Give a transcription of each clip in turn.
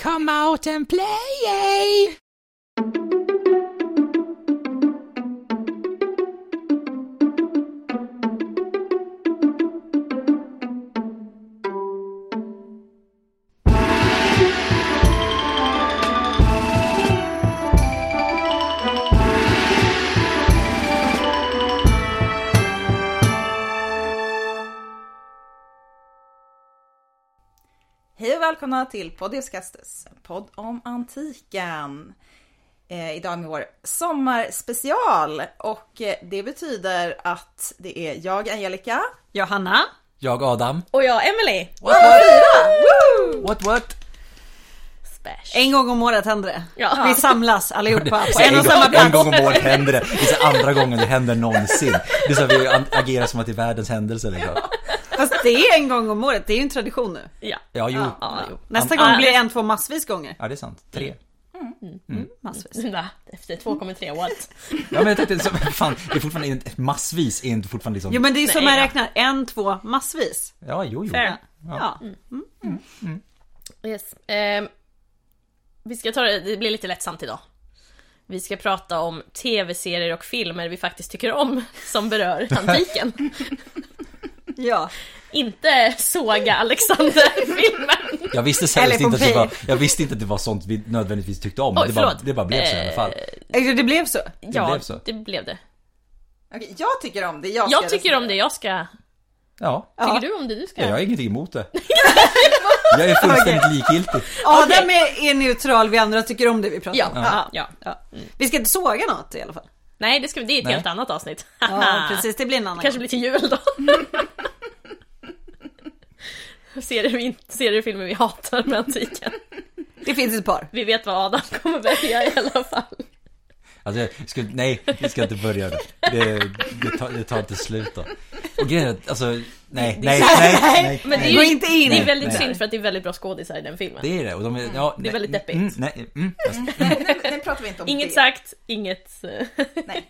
Come out and play! Hej och välkomna till Podiuskastes, en podd om antiken. Idag med vår sommarspecial, och det betyder att det är jag, Angelica, Johanna, jag Adam och jag Emily. What? Späsch. en gång om året händer det. Ja. Vi samlas allihopa på en en och samma plats. En gång om året händer det. Det är så andra gången det händer någonsin. Det är så att vi agerar som att det är världens händelse liksom. Fast det är en gång om året, det är ju en tradition nu. Ja. Ja, jo. Jo. Nästa gång blir det 1-2 massvis gånger. Ja, det är sant. 3. Massvis. Nej, efter 2,3 år. Ja, men jag tänkte så, fan, det är fortfarande inte massvis, är inte fortfarande liksom. Jo, men det är ju som Nej, man ja. räknar 1-2 massvis. Ja, jo. Fair. Ja. Yes. Vi ska ta det blir lite lättsamt idag. Vi ska prata om tv-serier och filmer vi faktiskt tycker om som berör antiken. Ja. Inte såga Alexander-filmen. Jag visste själv Eller inte att det var, Pompeji. jag visste inte att det var sånt vi nödvändigtvis tyckte om. Oj, Det bara blev så i alla fall. Det blev så. Ja, blev så. det blev det. Okej, jag tycker om det. Jag tycker om det jag ska... Ja, Tycker du om det du ska? jag har ingenting emot det. Jag är fullständigt likgiltig. Adam är neutral, vi andra tycker om det vi pratar om. Ja. Ja. Vi ska inte såga något i alla fall. Nej, det är ett Nej. helt annat avsnitt. Ja, precis, det blir en annan Kanske gång. blir till jul då. Ser du filmer vi hatar med antiken? Det finns ett par. Vi vet vad Adam kommer välja i alla fall. Alltså, nej, vi ska inte börja det. Det tar inte slut då. Och grejen, alltså, nej. Men det är Gå ju inte in. Det är väldigt Nej. synd för att det är väldigt bra skådisar i den filmen. Det är det, och de är, ja, Det är väldigt deppigt. Nu pratar vi inte om Inget det. sagt, inget... Nej.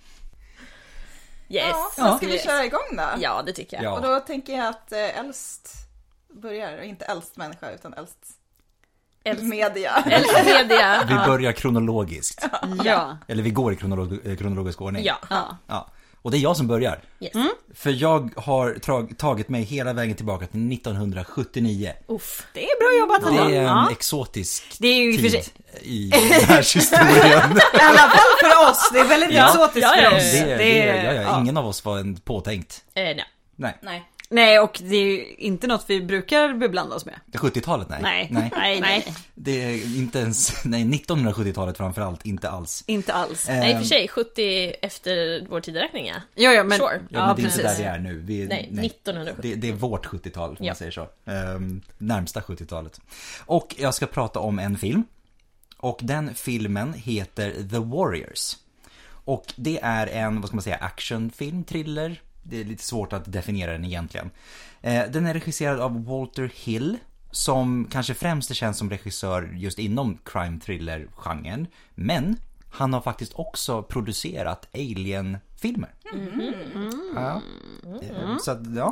Yes. Ja, ska vi köra igång då? Ja, det tycker jag. Ja. Och då tänker jag att äldst börjar, och inte äldst människa utan äldst media. Äldst media. Vi börjar kronologiskt. Ja. Eller vi går i kronologisk ordning. Ja. Ja. Och det är jag som börjar. Yes. För jag har tagit mig hela vägen tillbaka till 1979. Uff. Det är bra jobbat ändå. Det är en Ja. exotisk Det är ju i och för tid sig- i världshistorien. I alla fall för oss, det är väldigt Ja. exotiskt Ja, ja, för ja. oss. Ja. Ingen av oss var en påtänkt. Nej. Nej. Nej, och det är ju inte något vi brukar beblanda oss med. 70-talet, nej. Nej. Det är inte ens, 1970-talet framförallt, inte alls. Inte alls. Nej, i och för sig 70 efter vår tideräkning, ja. Ja, men, Sure. Ja, men det är precis. inte där vi är nu. Nej, 1970. Det är vårt 70-tal, om Ja. man säger så. Närmsta 70-talet. Och jag ska prata om en film. Och den filmen heter The Warriors. Och det är en, vad ska man säga, actionfilm, thriller. Det är lite svårt att definiera den egentligen. Den är regisserad av Walter Hill, som kanske främst är känd som regissör just inom crime-thriller-genren. Men han har faktiskt också producerat Alien-filmer. Ja. Så att, ja.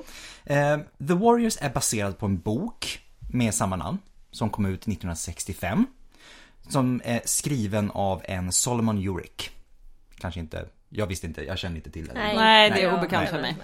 The Warriors är baserad på en bok med samma namn som kom ut 1965. Som är skriven av en Solomon Urich. Kanske inte, jag visste inte, jag kände inte till det. Nej, det är obekant för mig.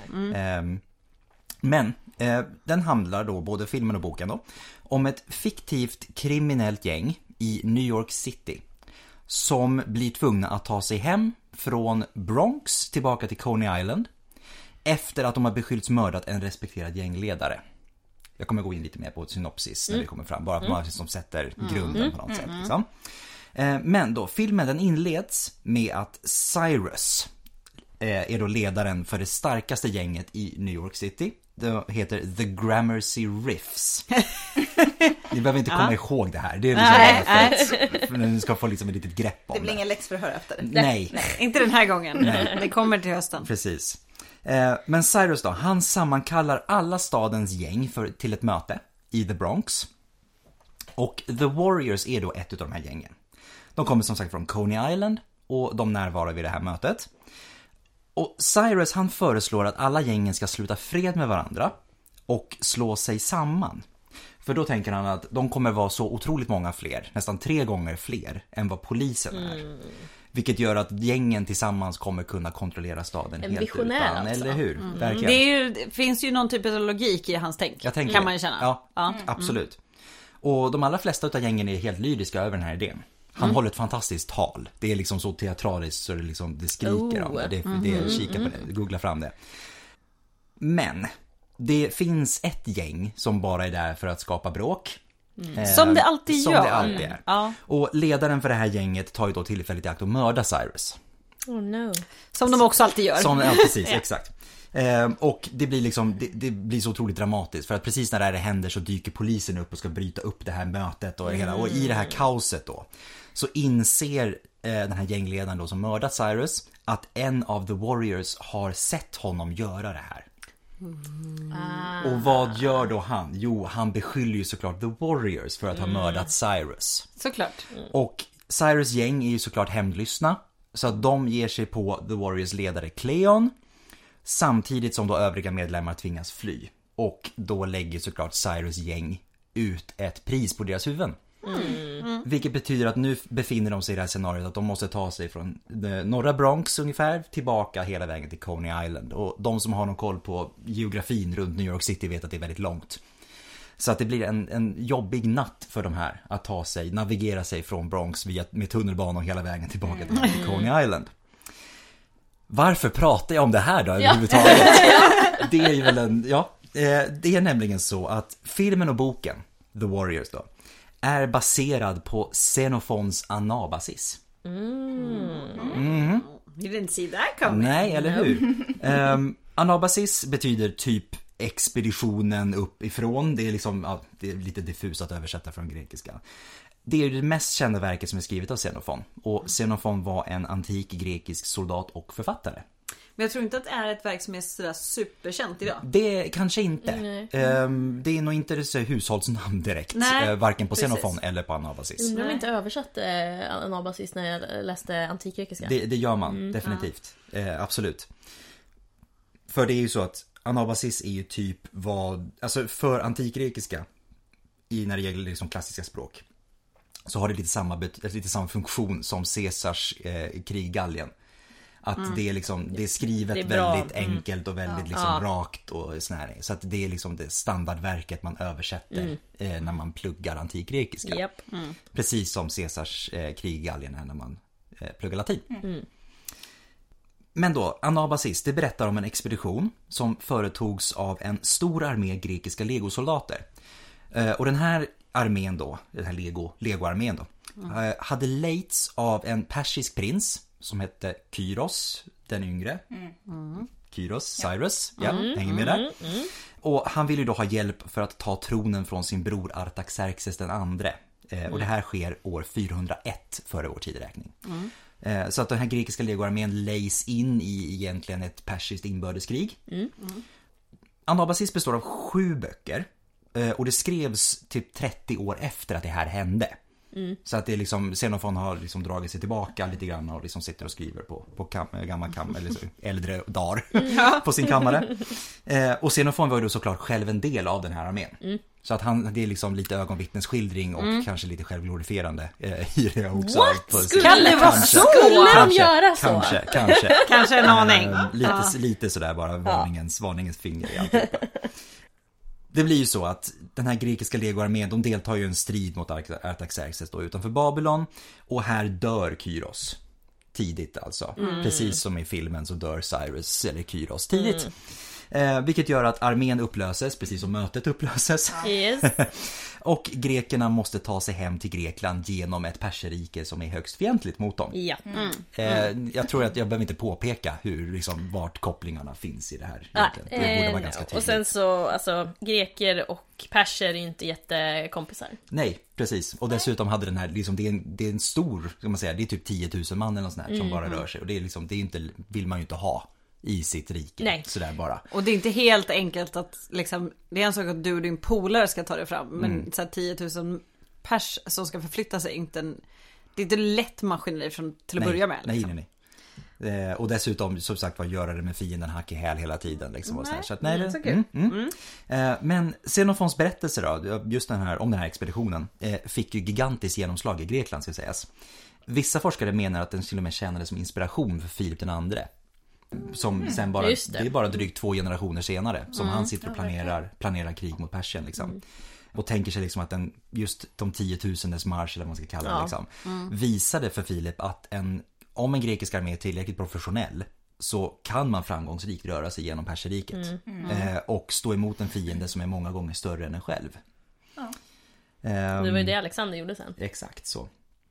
Men den handlar då, både filmen och boken då, om ett fiktivt kriminellt gäng i New York City som blir tvungna att ta sig hem från Bronx tillbaka till Coney Island efter att de har beskyllts mördat en respekterad gängledare. Jag kommer gå in lite mer på synopsis när vi kommer fram, bara för man som sätter grunden på något sätt liksom. Men då, filmen den inleds med att Cyrus är då ledaren för det starkaste gänget i New York City. Det heter The Gramercy Riffs. Ni behöver inte komma ihåg det här. Det är liksom för ni ska få liksom ett litet grepp om Det blir ingen läxförhör efter. Nej. Inte den här gången. Det kommer till hösten. Precis. Men Cyrus då, han sammankallar alla stadens gäng till ett möte i The Bronx. Och The Warriors är då ett av de här gängen. De kommer som sagt från Coney Island och de närvarar vid det här mötet. Och Cyrus han föreslår att alla gängen ska sluta fred med varandra och slå sig samman. För då tänker han att de kommer vara så otroligt många fler, nästan 3 gånger fler än vad polisen är. Vilket gör att gängen tillsammans kommer kunna kontrollera staden en helt visionär utan, alltså. eller hur? Verkligen. Det finns ju någon typ av logik i hans tänk. Jag tänker kan det. man ju känna. Ja, absolut. Och de allra flesta av gängen är helt lyriska över den här idén. Han håller ett fantastiskt tal. Det är liksom så teatraliskt så det skriker om det. Det kika på det, googla fram det. Men det finns ett gäng som bara är där för att skapa bråk. Som det alltid som gör. Det alltid är. Ja. Och ledaren för det här gänget tar ju då tillfället i akt att mörda Cyrus. Oh no. Som de också alltid gör. Som, ja, precis, exakt. Och det blir liksom, det blir så otroligt dramatiskt. För att precis när det här händer så dyker polisen upp och ska bryta upp det här mötet och hela. Och i det här kaoset då så inser den här gängledaren då som mördat Cyrus att en av The Warriors har sett honom göra det här. Och vad gör då han? Jo, han beskyller ju såklart The Warriors för att ha mördat Cyrus. Såklart. Och Cyrus gäng är ju såklart hämndlystna. Så att de ger sig på The Warriors ledare Cleon. Samtidigt som då övriga medlemmar tvingas fly. Och då lägger såklart Cyrus gäng ut ett pris på deras huvuden. Vilket betyder att nu befinner de sig i det här scenariot att de måste ta sig från norra Bronx ungefär tillbaka hela vägen till Coney Island. Och de som har någon koll på geografin runt New York City vet att det är väldigt långt. Så att det blir en jobbig natt för de här att ta sig, navigera sig från Bronx med tunnelbanan hela vägen tillbaka till Coney Island. Varför pratar jag om det här då överhuvudtaget? Det är ju väl det är nämligen så att filmen och boken The Warriors då är baserad på Xenofons Anabasis. You didn't see that coming. Nej, eller hur? Anabasis betyder typ expeditionen uppifrån. Det är liksom, det är lite diffust att översätta från grekiska. Det är det mest kända verket som är skrivet av Xenofon. Och Xenofon var en antik grekisk soldat och författare. Men jag tror inte att det är ett verk som är sådär superkänt idag. Det kanske inte. Det är nog inte så hushållsnamn direkt. Nej, varken på Xenofon eller på Anabasis. Undrar om inte översatte Anabasis när jag läste antikgrekiska. Det gör man, definitivt. Absolut. För det är ju så att Anabasis är ju typ vad... Alltså för antikgrekiska, när det gäller liksom klassiska språk, så har det lite samma funktion som Caesars krig Gallien. Att det är liksom, det är skrivet det är väldigt enkelt och väldigt liksom rakt och snärigt. Så att det är liksom det standardverket man översätter när man pluggar antikgrekiska. Yep. Precis som Caesars krig Gallien är när man pluggar latin. Men då, Anabasis, det berättar om en expedition som företogs av en stor armé grekiska legosoldater. Och den här armén då, den här legoarmén då, hade leits av en persisk prins som hette Kyros, den yngre. Kyros, Cyrus, hänger med där. Och han ville då ha hjälp för att ta tronen från sin bror Artaxerxes den andre. Och det här sker år 401 före vår tideräkning. Så att den här grekiska legoarmén lejs in i egentligen ett persiskt inbördeskrig. Anabasis består av 7 böcker. Och det skrevs typ 30 år efter att det här hände. Så att det är liksom, Xenofon har liksom dragit sig tillbaka lite grann och liksom sitter och skriver på gammal kammare, eller så, äldre dagar på sin kammare. Och Xenofon var ju då såklart själv en del av den här armén. Så att det är liksom lite ögonvittnesskildring och kanske lite självglorifierande i det också. Kan det vara så? Skulle de göra så? Kanske en aning. Lite sådär bara varningens finger i allt. Det blir ju så att den här grekiska legoarmén, de deltar ju i en strid mot Artaxerxes då utanför Babylon. Och här dör Kyros tidigt alltså. Precis som i filmen så dör Cyrus eller Kyros tidigt. Vilket gör att armén upplöses, precis som mötet upplöses. Yes. Och grekerna måste ta sig hem till Grekland genom ett perserike som är högst fientligt mot dem. Ja. Jag tror att jag behöver inte påpeka liksom, vart kopplingarna finns i det här. Det borde vara ganska tydligt. Och sen så, alltså, greker och perser är inte jättekompisar. Nej, precis. Och dessutom hade den här, liksom, det är en stor, ska man säga, det är typ 10 000 man eller något sånt här som bara rör sig. Och det är liksom, det är inte, vill man ju inte ha i sitt rike. Nej. Sådär bara. Och det är inte helt enkelt att liksom, det är en sak att du och din polare ska ta det fram. Men så här 10 000 pers som ska förflytta sig, det är inte lätt maskineri till att börja med. Liksom. Nej. Och dessutom som sagt var göra det med fienden hack i häl hela tiden liksom, och så att, nej, så kul. Men Xenofons berättelse då, just om den här expeditionen, fick ju gigantiskt genomslag i Grekland ska sägas. Vissa forskare menar att den till och med tjänade som inspiration för Filip den andre. Som sen bara, det är bara drygt 2 generationer senare som han sitter och planerar krig mot Persien liksom. Och tänker sig liksom att just de 10 000:s marsch eller vad man ska kalla det liksom, visade för Filip att om en grekisk armé är tillräckligt professionell så kan man framgångsrikt röra sig genom Perserriket och stå emot en fiende som är många gånger större än en själv. Det var ju det Alexander gjorde sen. Exakt så.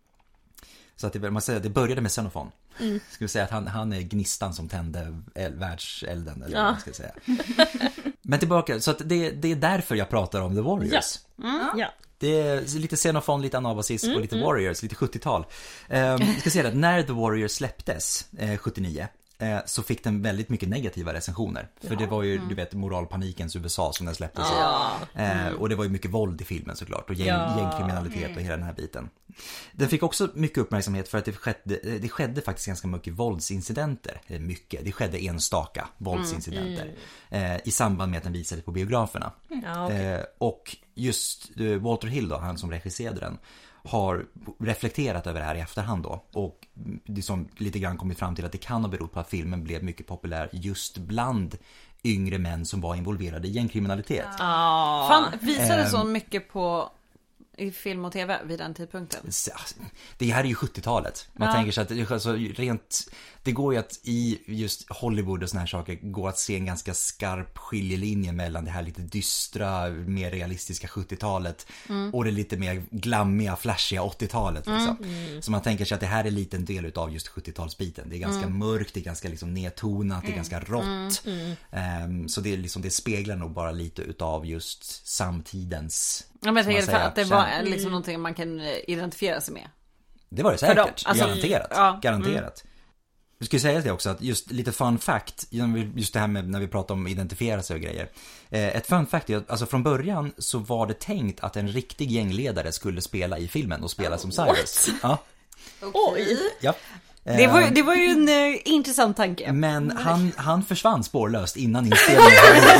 Så att man säger att det började med Xenofon. Skulle säga att han är gnistan som tände världselden eller vad man ska säga. Men tillbaka, så att det är därför jag pratar om The Warriors. Ja. Det är lite Xenofon, lite Anabasis och lite Warriors, lite 70-tal. Ska säga att när The Warriors släpptes 79 så fick den väldigt mycket negativa recensioner. För det var ju, du vet, moralpanikens USA som den släpptes i. Och det var ju mycket våld i filmen såklart. Och gängkriminalitet och hela den här biten. Den fick också mycket uppmärksamhet för att det skedde faktiskt ganska mycket våldsincidenter. Det skedde enstaka våldsincidenter i samband med att den visades på biograferna. Och just Walter Hill då, han som regisserade den, har reflekterat över det här i efterhand då, och liksom lite grann kommit fram till att det kan ha berott på att filmen blev mycket populär just bland yngre män som var involverade i gängkriminalitet. Fan, visade så mycket i film och tv vid den tidpunkten? Det här är ju 70-talet. Man tänker sig att alltså, det går ju att i just Hollywood och såna här saker går att se en ganska skarp skiljelinje mellan det här lite dystra, mer realistiska 70-talet och det lite mer glammiga, flashiga 80-talet liksom. Så man tänker sig att det här är lite en del av just 70-talsbiten. Det är ganska mörkt, det är ganska liksom nedtonat, det är ganska rått. Så det är liksom, det speglar nog bara lite utav just samtidens. Ja, men jag tänker för att det var liksom någonting man kan identifiera sig med. Det var det säkert, alltså, garanterat. Jag skulle säga det också, att just lite fun fact, just det här med när vi pratar om identifiera sig och grejer. Ett fun fact är att alltså från början så var det tänkt att en riktig gängledare skulle spela i filmen och spela som Cyrus. Ja. Oj! Ja. Det var ju en intressant tanke. Men han försvann spårlöst innan inspelningen.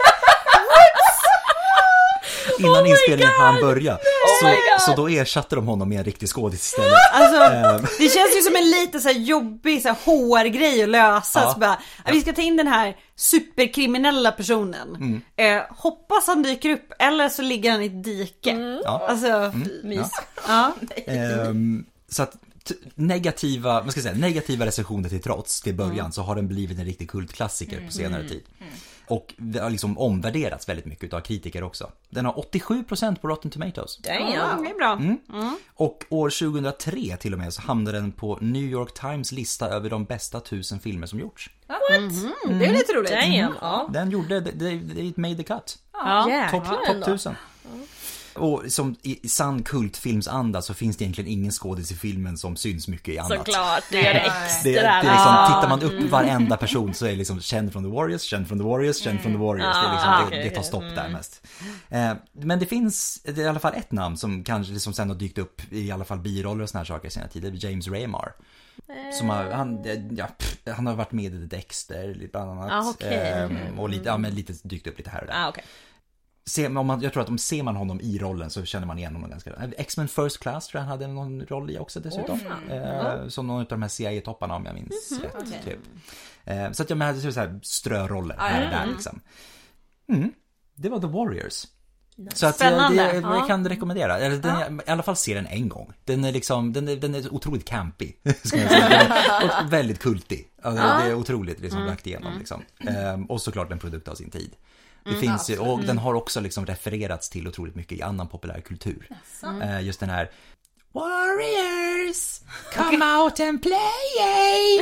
Innan inspelningen han började. Så då ersatte de honom med en riktig skådis istället. Alltså, det känns ju som en lite så här jobbig så här HR-grej att lösa. Så bara, vi ska ta in den här superkriminella personen. Hoppas han dyker upp, eller så ligger han i ett dike. Alltså, mys. Så att negativa recensioner till trots till början så har den blivit en riktig kultklassiker på senare tid. Och det har liksom omvärderats väldigt mycket av kritiker också. Den har 87% på Rotten Tomatoes. Det är bra. Och år 2003 till och med så hamnade den på New York Times lista över de bästa 1000 filmer som gjorts. Det är lite roligt. Den gjorde, det made the cut. Topp 1000. Och som i sann kultfilmsanda så finns det egentligen ingen skådis i filmen som syns mycket i annat. Såklart, det gör det extra. Det är liksom, tittar man upp varenda person så är det liksom känd från The Warriors, känd från The Warriors, känd från The Warriors. Det, är liksom, det tar stopp där mest. Men det finns i alla fall ett namn som kanske liksom sen har dykt upp i alla fall biroller och såna här saker i sina tider. James Remar. Som han har varit med i The Dexter bland annat. Och lite dykt upp lite här och där. Jag tror att ser man honom i rollen så känner man igen honom ganska. X-Men First Class tror jag han hade någon roll i också dessutom. Som någon av de här CIA-topparna om jag minns rätt. Typ. Så att jag hade så här ströroller här och där liksom. Det var The Warriors. Så att jag kan rekommendera. I alla fall se den en gång. Den är liksom den är otroligt campy ska jag säga. Och väldigt kultig. Alltså, det är otroligt liksom lagt igenom liksom. Och såklart en produkt av sin tid. Det finns ju, och den har också liksom refererats till otroligt mycket i annan populär kultur. Just den här Warriors, come out and play!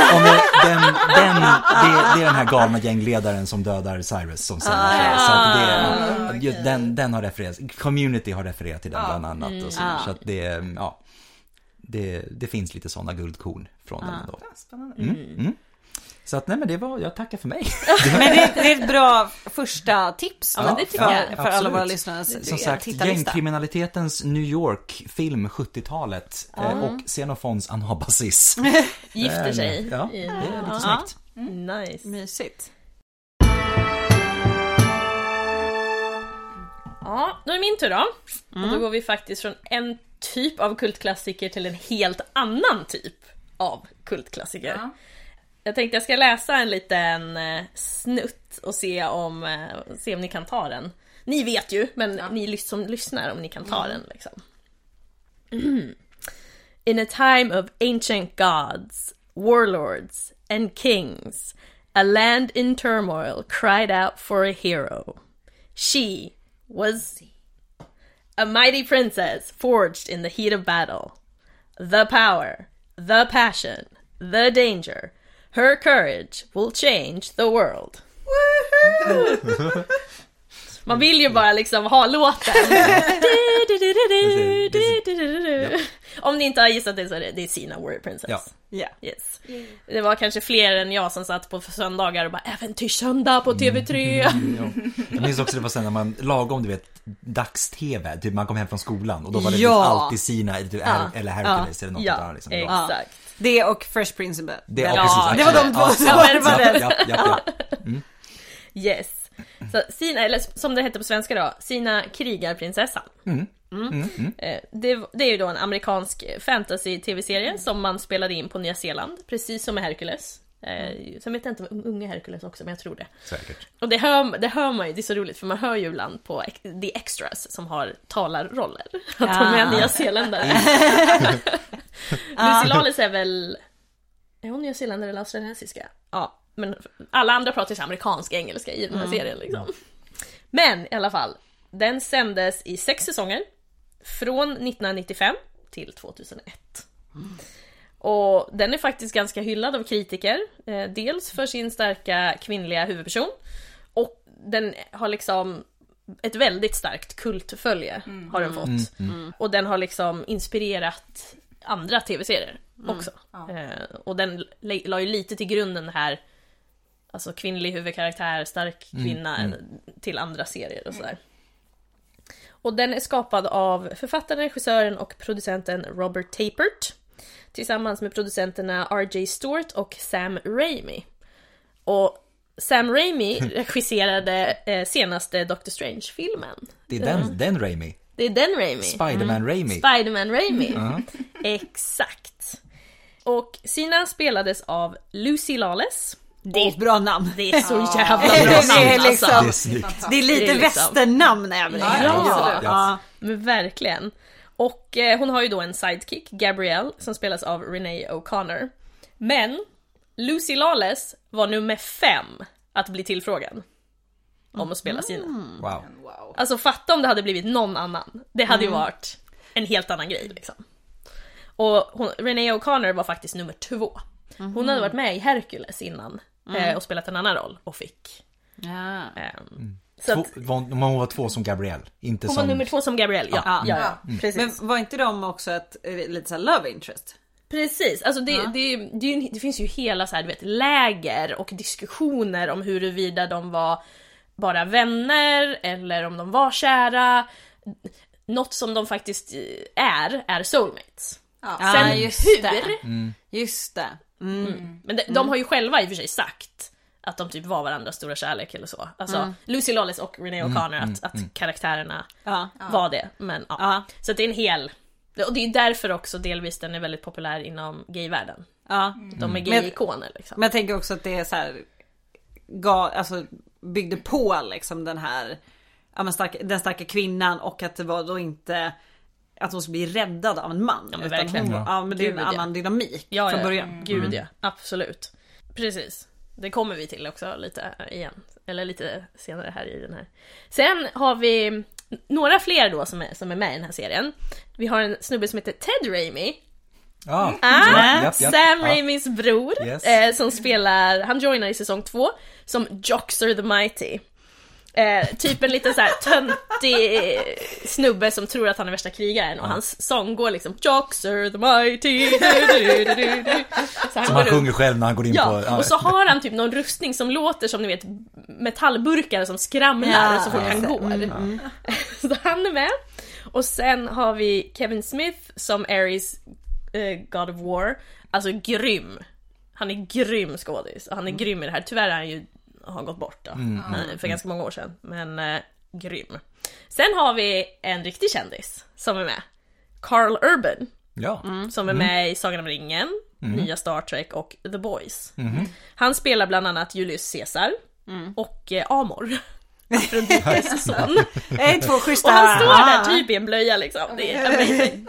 Det är den här galna gängledaren som dödar Cyrus som säger så att den har refererats. Community har refererat till den bland annat och så att det finns lite sådana guldkorn från den då. Spännande. Så att nej, men det var, jag tackar för mig. Men det är ett bra första tips Ja, men det tycker jag. för alla våra lyssnare. Som sagt, gängkriminalitetens New York-film 70-talet och Xenofons Anabasis. Gifter sig. Ja, det är lite snyggt. Nice. Mysigt. Ja, då är det min tur då. Och då går vi faktiskt från en typ av kultklassiker till en helt annan typ av kultklassiker. Ja. Jag tänkte jag ska läsa en liten snutt och se om ni kan ta den. Ni vet ju, men ni som lyssnar om ni kan ta den liksom. In a time of ancient gods, warlords and kings, a land in turmoil cried out for a hero. She was a mighty princess forged in the heat of battle. The power, the passion, the danger, her courage will change the world. Man vill ju bara liksom ha låten. Om ni inte har gissat det så är det Xena Warrior Princess. Ja. Ja. Yes. Det var kanske fler än jag som satt på söndagar och bara äventyrssöndag på TV3. Jag minns också det var sen när man lagom, du vet, dags-tv, typ man kom hem från skolan och då var det Ja. alltid Xena eller Hercules eller något där liksom. Exakt. Det och Fresh Prince of Bel-Air. Precis, det var de två som var det. Yes. Så Xena, eller som det heter på svenska då, Xena krigarprinsessan. Det är ju då en amerikansk fantasy-tv-serie som man spelade in på Nya Zeeland, precis som med Hercules. Sen vet jag inte om unge Hercules också, men jag tror det. Säkert. Och det hör man ju, det är så roligt för man hör ju ibland på The Extras som har talarroller att de är Nya Zeeländare. Lucy Lawless är hon Nya Zeeländare eller australiensiska? Ja, men alla andra pratar ju amerikansk engelska i den här serien liksom. Men i alla fall, den sändes i 6 säsonger från 1995 till 2001. Och den är faktiskt ganska hyllad av kritiker. Dels för sin starka kvinnliga huvudperson. Och den har liksom ett väldigt starkt kultfölje har den fått. Och den har liksom inspirerat andra tv-serier också. Och den la ju lite till grunden det här, alltså kvinnlig huvudkaraktär, stark kvinna till andra serier och sådär. Och den är skapad av författaren, regissören och producenten Robert Tapert tillsammans med producenterna R.J. Stewart och Sam Raimi. Och Sam Raimi regisserade senaste Doctor Strange-filmen. Det är den Raimi. Det är den Raimi. Spider-Man Raimi. Spider-Man Raimi. Exakt. Och Xena spelades av Lucy Lawless. Det är ett bra namn. Det är så jävla bra Det är namn liksom- alltså. Det är snyggt. Det är lite Det är liksom- västernnamn även. Ja. Men verkligen. Och hon har ju då en sidekick, Gabrielle, som spelas av Renee O'Connor. Men Lucy Lawless var nummer 5 att bli tillfrågad om att spela Xena. Wow. Alltså fatta om det hade blivit någon annan. Det hade ju varit en helt annan grej liksom. Och Renee O'Connor var faktiskt nummer 2. Hon hade varit med i Hercules innan och spelat en annan roll och fick. Så att, Hon var 2 som Gabrielle, inte hon som... var nummer 2 som Gabrielle, ja. Precis. Men var inte de också ett lite så här love interest? Precis, alltså det finns ju hela så här, du vet, läger och diskussioner om huruvida de var bara vänner eller om de var kära. Något som de faktiskt är soulmates. Sen Just det. Men de har ju själva i och för sig sagt att de typ var varandras stora kärlek eller så. Alltså Lucy Lawless och Renee O'Connor att karaktärerna var det. Men så att det är en hel... Och det är därför också delvis den är väldigt populär inom gayvärlden. De är gay-ikoner liksom. Men jag tänker också att det är så här alltså byggde på liksom den här den starka kvinnan, och att det var då inte att hon skulle bli räddad av en man. Ja, men verkligen. Men det är en annan dynamik från början. Gud ja, absolut. Precis. Det kommer vi till också lite igen. Eller lite senare här i den här. Sen har vi några fler då som är med i den här serien. Vi har en snubbe som heter Ted Raimi. Sam Raimis bror. Yes. Som spelar, han joinar i säsong 2 som Joxer the Mighty. Typ en liten så här töntig snubbe som tror att han är värsta krigaren och hans sång går liksom Joxer the mighty så han sjunger själv när han går in på... och så har han typ någon rustning som låter som ni vet metallburkar som skramlar så fort han går. Så han är med. Och sen har vi Kevin Smith som Ares God of War. Alltså grym. Han är grym skådis och han är grym i det här. Tyvärr är han ju har gått bort då, för ganska många år sedan. Men grym. Sen har vi en riktig kändis som är med. Carl Urban. Som är med i Sagan om ringen, nya Star Trek och The Boys. Han spelar bland annat Julius Caesar och Amor. Afroditens son. Det är 2 schyssta. Och han står där typ i en blöja liksom. Det är amazing.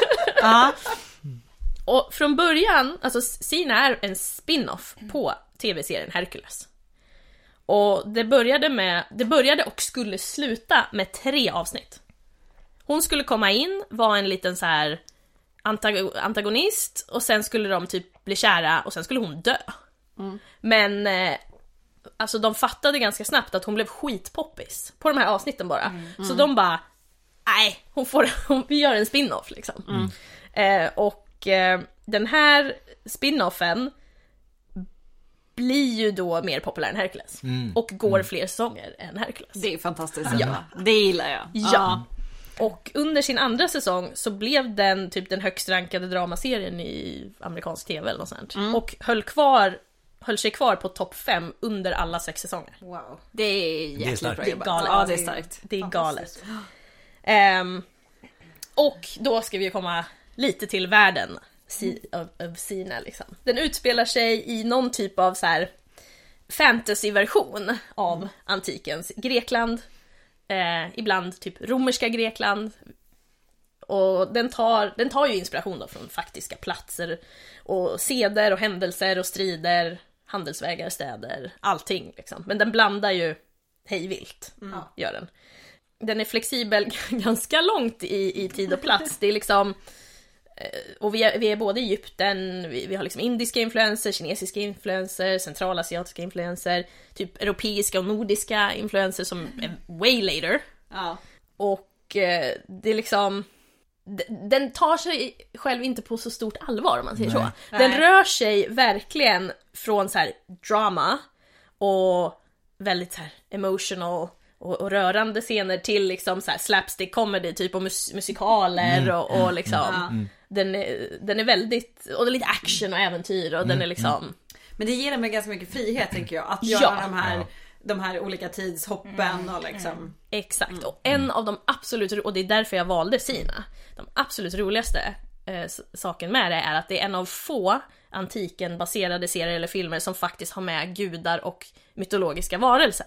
Och från början, alltså Sina är en spin-off på tv-serien Hercules. Och det började och skulle sluta med 3 avsnitt. Hon skulle komma in, vara en liten så här antagonist och sen skulle de typ bli kära och sen skulle hon dö. Men alltså de fattade ganska snabbt att hon blev skitpoppis på de här avsnitten bara. Så de bara, nej, vi gör en spin-off liksom. Den här spin-offen blir ju då mer populär än Hercules. Och går fler säsonger än Hercules. Det är fantastiskt. Det gillar jag. Ja. Och under sin andra säsong så blev den typ den högst rankade dramaserien i amerikansk tv eller något sånt. Och höll sig kvar på topp 5 under alla 6 säsonger. Wow. Det är jäkligt bra. Det är galet. Ja, det är starkt. Det är galet. Och då ska vi komma lite till världen av Sina liksom. Den utspelar sig i någon typ av så här fantasyversion av antikens Grekland. Ibland typ romerska Grekland. Och den tar ju inspiration då från faktiska platser och seder och händelser och strider, handelsvägar, städer, allting liksom. Men den blandar ju hejvilt, gör den. Den är flexibel ganska långt i tid och plats. Det är liksom, och vi är både i Egypten, vi har liksom indiska influenser, kinesiska influenser, centralasiatiska influenser, typ europeiska och nordiska influenser som är way later. Och det är liksom, den tar sig själv inte på så stort allvar om man säger så. Den rör sig verkligen från så här drama och väldigt så här emotional och rörande scener till liksom så här slapstick comedy typ och musikaler och liksom den är väldigt, och det är lite action och äventyr och den är liksom men det ger mig ganska mycket frihet tänker jag att göra de här olika tidshoppen och liksom exakt. Och en av de absolut, och det är därför jag valde Sina, de absolut roligaste saken med det är att det är en av få antiken baserade serier eller filmer som faktiskt har med gudar och mytologiska varelser.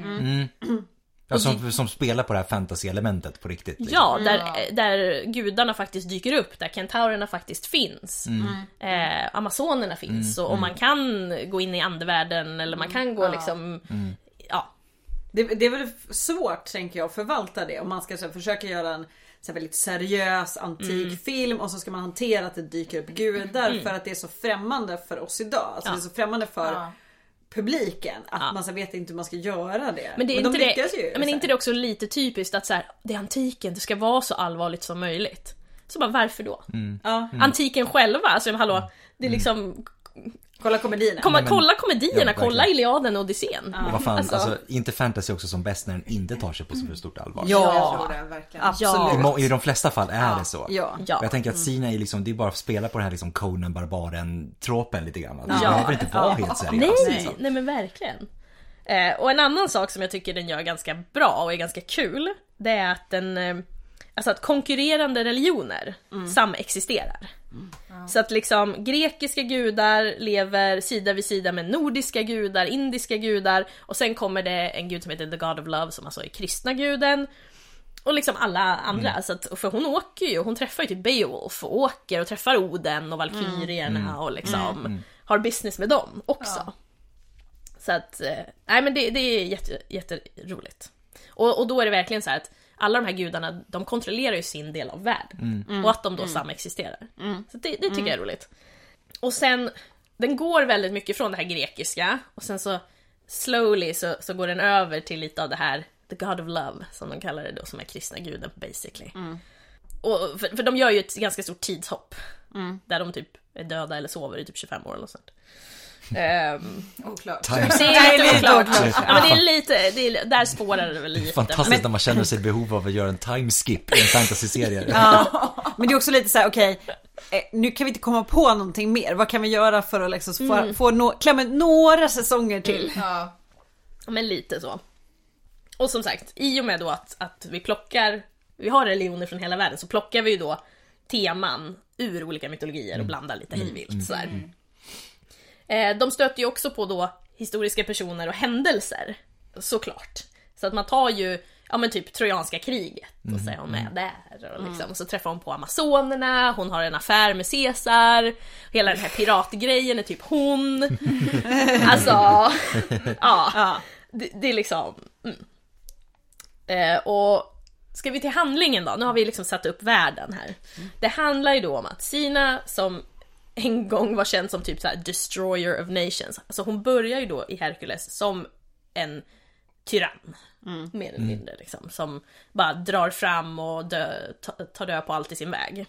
Ja, som spelar på det här fantasy-elementet på riktigt. Liksom. Ja, där gudarna faktiskt dyker upp, där kentaurerna faktiskt finns. Amazonerna finns och man kan gå in i andevärlden eller man kan gå liksom... Ja. Det är väl svårt tänker jag att förvalta det om man ska så försöka göra en så väldigt seriös antik film och så ska man hantera att det dyker upp gudar för att det är så främmande för oss idag. Alltså det är så främmande för publiken att man så vet inte hur man ska göra det. Men det är men inte de lyckas ju. Men är inte det också lite typiskt att så här, det är antiken, det ska vara så allvarligt som möjligt. Så bara varför då? Antiken själva, alltså hallå, det är liksom kolla komedierna. Kolla komedierna, kolla Iliaden och Odysseen. Och vad fan, alltså inte fantasy också som bäst när den inte tar sig på så för stort allvar. Ja, jag tror det verkligen. Absolut. I de flesta fall är det så. Ja. Jag tänker att Sina är liksom, det är bara att spela på den här liksom Conan Barbaren-tropen lite grann. Det behöver inte vara helt seriöst. Nej men verkligen. Och en annan sak som jag tycker den gör ganska bra och är ganska kul, det är att den, alltså att konkurrerande religioner samexisterar. Så att liksom grekiska gudar lever sida vid sida med nordiska gudar, indiska gudar, och sen kommer det en gud som heter The God of Love som alltså är kristna guden. Och liksom alla andra, så att, för hon åker ju, hon träffar ju typ Beowulf och åker och träffar Oden och Valkyrierna och liksom har business med dem också. Så att, nej men det är jätteroligt. Och då är det verkligen så här att alla de här gudarna, de kontrollerar ju sin del av världen. Och att de då samexisterar. Så det tycker jag är roligt. Och sen, den går väldigt mycket från det här grekiska. Och sen så slowly så går den över till lite av det här the God of Love, som de kallar det då, som är kristna guden basically. Och för de gör ju ett ganska stort tidshopp där de typ är döda eller sover i typ 25 år eller sånt. Oklart. Det är lite oklart. Ja, men det är lite, där spårar det väl lite. Fantastiskt när man känner sig behov av att göra en timeskip i en fantasy-serie. Ja, men det är också lite så här: okej, nu kan vi inte komma på någonting mer. Vad kan vi göra för att liksom klämma några säsonger till? Ja. Men lite så. Och som sagt, i och med då att vi har religioner från hela världen, så plockar vi ju då teman ur olika mytologier och blandar lite hejvilt sådär. De stöter ju också på då historiska personer och händelser, såklart. Så att man tar ju, ja men typ trojanska kriget, och så är hon med där och liksom, och så träffar hon på amazonerna, hon har en affär med Caesar, hela den här piratgrejen är typ hon. Alltså, ja. Det är liksom och ska vi till handlingen då? Nu har vi liksom satt upp världen här. Det handlar ju då om att Sina, som en gång var känd som typ så här destroyer of nations. Alltså hon börjar ju då i Hercules som en tyrann. Mer eller mindre liksom. Som bara drar fram och tar död på allt i sin väg.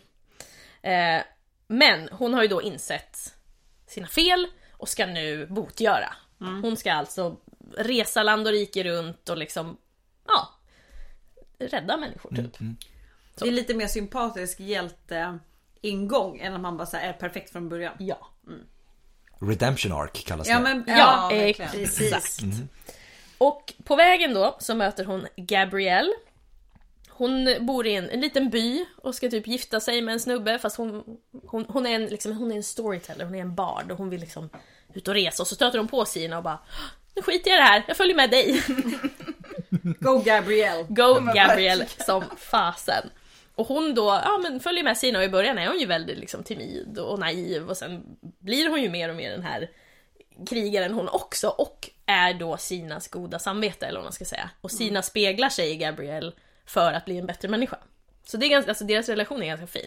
Men hon har ju då insett sina fel och ska nu botgöra. Hon ska alltså resa land och rike runt och liksom, ja, rädda människor typ. Det är lite mer sympatisk hjälteingång än att man bara så här är perfekt från början. Ja. Redemption arc kallas det. Ja, men Ja, precis. Och på vägen då så möter hon Gabrielle. Hon bor i en liten by och ska typ gifta sig med en snubbe, fast hon är en storyteller, hon är en bard och hon vill liksom ut och resa, och så stöter hon på Sina och bara, nu skiter jag i det här, jag följer med dig. Go Gabrielle. Go Gabrielle som fasen. Och hon då, ja men följer med Sina, och i början är hon ju väldigt liksom timid och naiv, och sen blir hon ju mer och mer den här krigaren hon också, och är då Sinas goda samvete, eller vad man ska säga. Och Sina speglar sig i Gabrielle för att bli en bättre människa. Så det är ganska, alltså deras relation är ganska fin.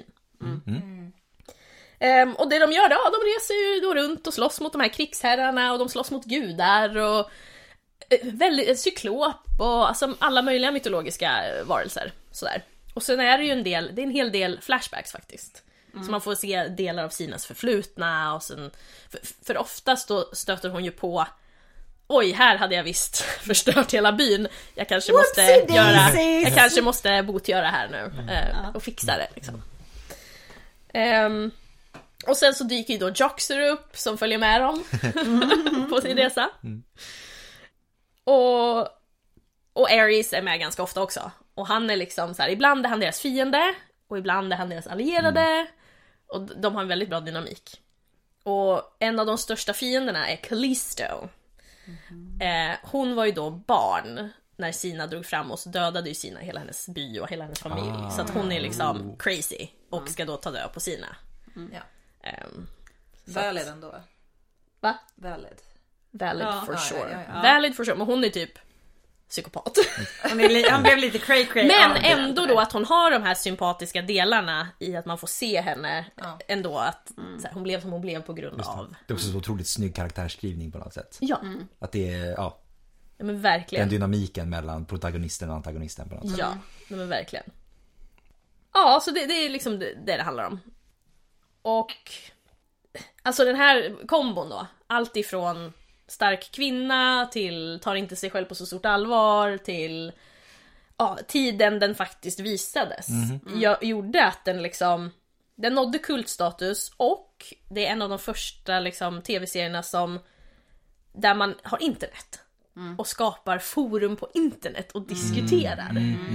Och det de gör då, de reser ju då runt och slåss mot de här krigsherrarna, och de slåss mot gudar och väldigt cyklop och alltså alla möjliga mytologiska varelser sådär. Och sen är det ju det är en hel del flashbacks faktiskt. Så man får se delar av Sinas förflutna, och sen för oftast då stöter hon ju på, oj, här hade jag visst förstört hela byn. Jag kanske måste botgöra här nu och fixa det liksom. Och sen så dyker ju då Joxer upp som följer med dem på sin resa. Och Ares är med ganska ofta också. Och han är liksom så här, ibland är han deras fiende och ibland är han deras allierade. Och de har en väldigt bra dynamik. Och en av de största fienderna är Callisto. Hon var ju då barn när Sina drog fram, och så dödade ju Sina hela hennes by och hela hennes familj. Så att hon är liksom crazy och ska då ta död på Sina. Valid ändå. Va? Valid. Valid for sure. Ja. Valid for sure, men hon är typ psykopat. Han blev lite cray-cray. Men ändå då att hon har de här sympatiska delarna i att man får se henne ändå, att så här, hon blev som hon blev på grund av. Det är också så otroligt snygg karaktärsskrivning på något sätt. Ja. Att det är, Ja, men verkligen. den dynamiken mellan protagonisten och antagonisten på något sätt. Ja, men verkligen. Ja, så det är liksom det handlar om. Och alltså den här kombon då, allt ifrån stark kvinna till tar inte sig själv på så stort allvar, till tiden den faktiskt visades. Jag gjorde att den liksom, den nådde kultstatus, och det är en av de första liksom tv-serierna som där man har internet och skapar forum på internet och diskuterar.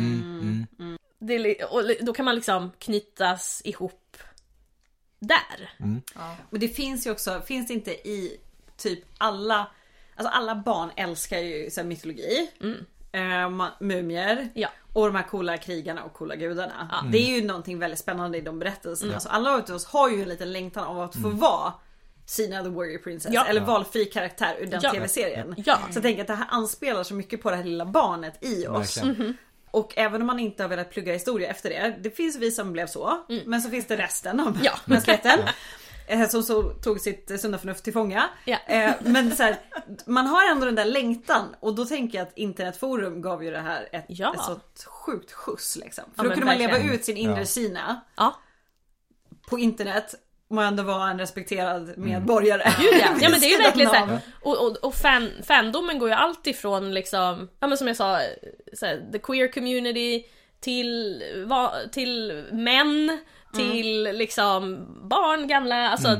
Och då kan man liksom knytas ihop där. Men det finns ju också, finns det inte i typ alla barn älskar ju så här mytologi. Mumier och de här coola krigarna och coola gudarna. Det är ju någonting väldigt spännande i de berättelserna. Alltså alla av oss har ju en liten längtan av att få vara Sina the Warrior Princess eller valfri karaktär ur den tv-serien. Så jag tänker att det här anspelar så mycket på det här lilla barnet i oss. Och även om man inte har velat plugga historia efter det finns vi som blev så, men så finns det resten av mänskligheten. som så tog sitt sunda förnuft till fånga. Ja. Men så här, man har ändå den där längtan. Och då tänker jag att internetforum gav ju det här ett sånt sjukt skjuts liksom. För då kunde man leva ut sin inre Sina på internet. Man ändå var en respekterad medborgare. Ja men det är ju verkligen såhär. Och fandomen går ju allt ifrån liksom, ja men som jag sa, såhär, the queer community till män, till liksom barn, gamla, alltså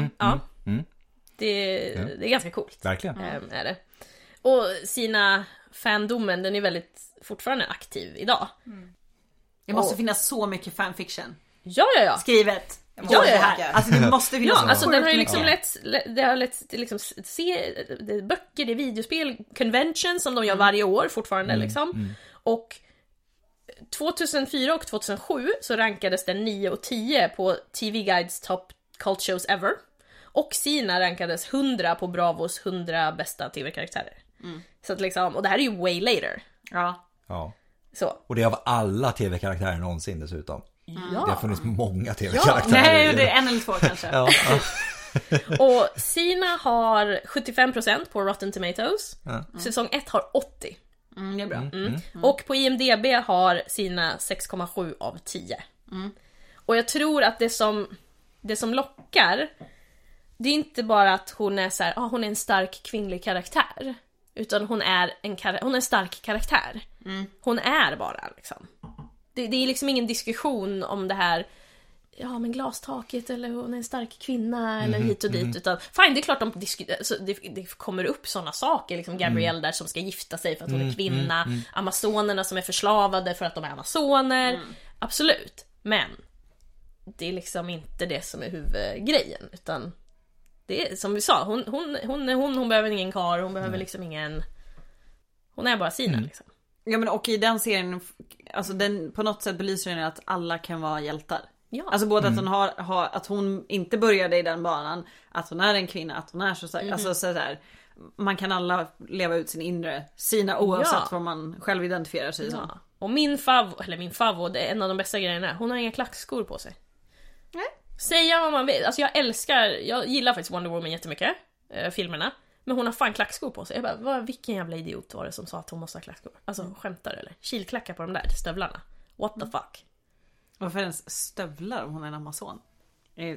det är ganska coolt. Verkligen. Är det. Och sina fandomen, den är väldigt fortfarande aktiv idag. Det måste finnas så mycket fanfiction. Ja. Skrivet. Ja. Alltså det måste finnas alltså den har ju liksom det har lett till liksom det är böcker, det är videospel, conventions som de gör varje år fortfarande liksom. Och 2004 och 2007 så rankades den 9 och 10 på TV Guides Top Cult Shows Ever. Och Sina rankades 100 på Bravos 100 bästa tv-karaktärer. Så att liksom, och det här är ju way later. Ja. Så. Och det är av alla tv-karaktärer någonsin dessutom. Ja. Det har funnits många tv-karaktärer. Nej, det är en eller två kanske. Och Sina har 75% på Rotten Tomatoes. Säsong 1 har 80. Det är bra. Och på IMDb har Sina 6,7 av 10. Och jag tror att det som lockar, det är inte bara att hon är så här, hon är en stark kvinnlig karaktär, utan hon är en stark karaktär. Hon är bara liksom. Det är liksom ingen diskussion om det här, ja men glastaket eller hon är en stark kvinna eller hit och dit, utan fine, det är klart det kommer upp såna saker liksom, Gabrielle där som ska gifta sig för att hon är kvinna, amazonerna som är förslavade för att de är amazoner, absolut, men det är liksom inte det som är huvudgrejen, utan det är som vi sa, hon behöver ingen karl, hon behöver liksom ingen, hon är bara Sina liksom. Ja men och i den serien, alltså den på något sätt belyser den att alla kan vara hjältar. Ja. Alltså både att hon har att hon inte började i den banan, att hon är en kvinna, att hon är så alltså så där, man kan alla leva ut sin inre Sina oavsett vad man själv identifierar sig som. Och min favvo, det är en av de bästa grejerna, hon har inga klackskor på sig. Nej. Säga vad man vill, alltså jag gillar faktiskt Wonder Woman jättemycket, filmerna. Men hon har fan klackskor på sig. Jag bara, vilken jävla idiot var det som sa att hon måste ha klackskor? Alltså, skämtar eller? Kilklackar på de där stövlarna. What the fuck? Varför ens stövlar om hon är en amazon? Nej,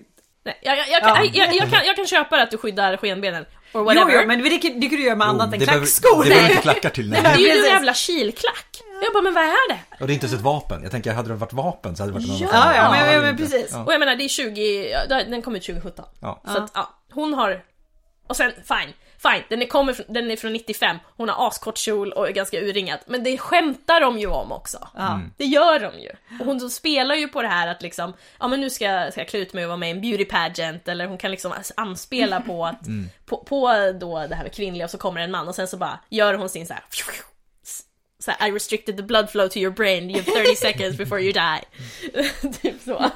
jag kan köpa det att du skyddar skenbenen. Or whatever. Jo, men det kan du göra med annat än klackskor. Det behöver inte klackar till. Nej, det är ju en jävla kilklack. Jag bara, men vad är det? Och det är inte ens ett vapen. Jag tänker, hade det varit vapen så hade det varit någon men precis. Och jag menar, det är den kom ut 2017. Så att, hon har... Och sen, fine, den är från 95. Hon har askort kjol och är ganska urringat. Men det skämtar de ju om också. Det gör de ju. Och hon spelar ju på det här att liksom, ja men nu ska jag klä ut mig och vara med i en beauty pageant. Eller hon kan liksom anspela på att på då det här med kvinnliga, och så kommer en man och sen så bara gör hon sin så här, I restricted the blood flow to your brain. You have 30 seconds before you die. Typ så.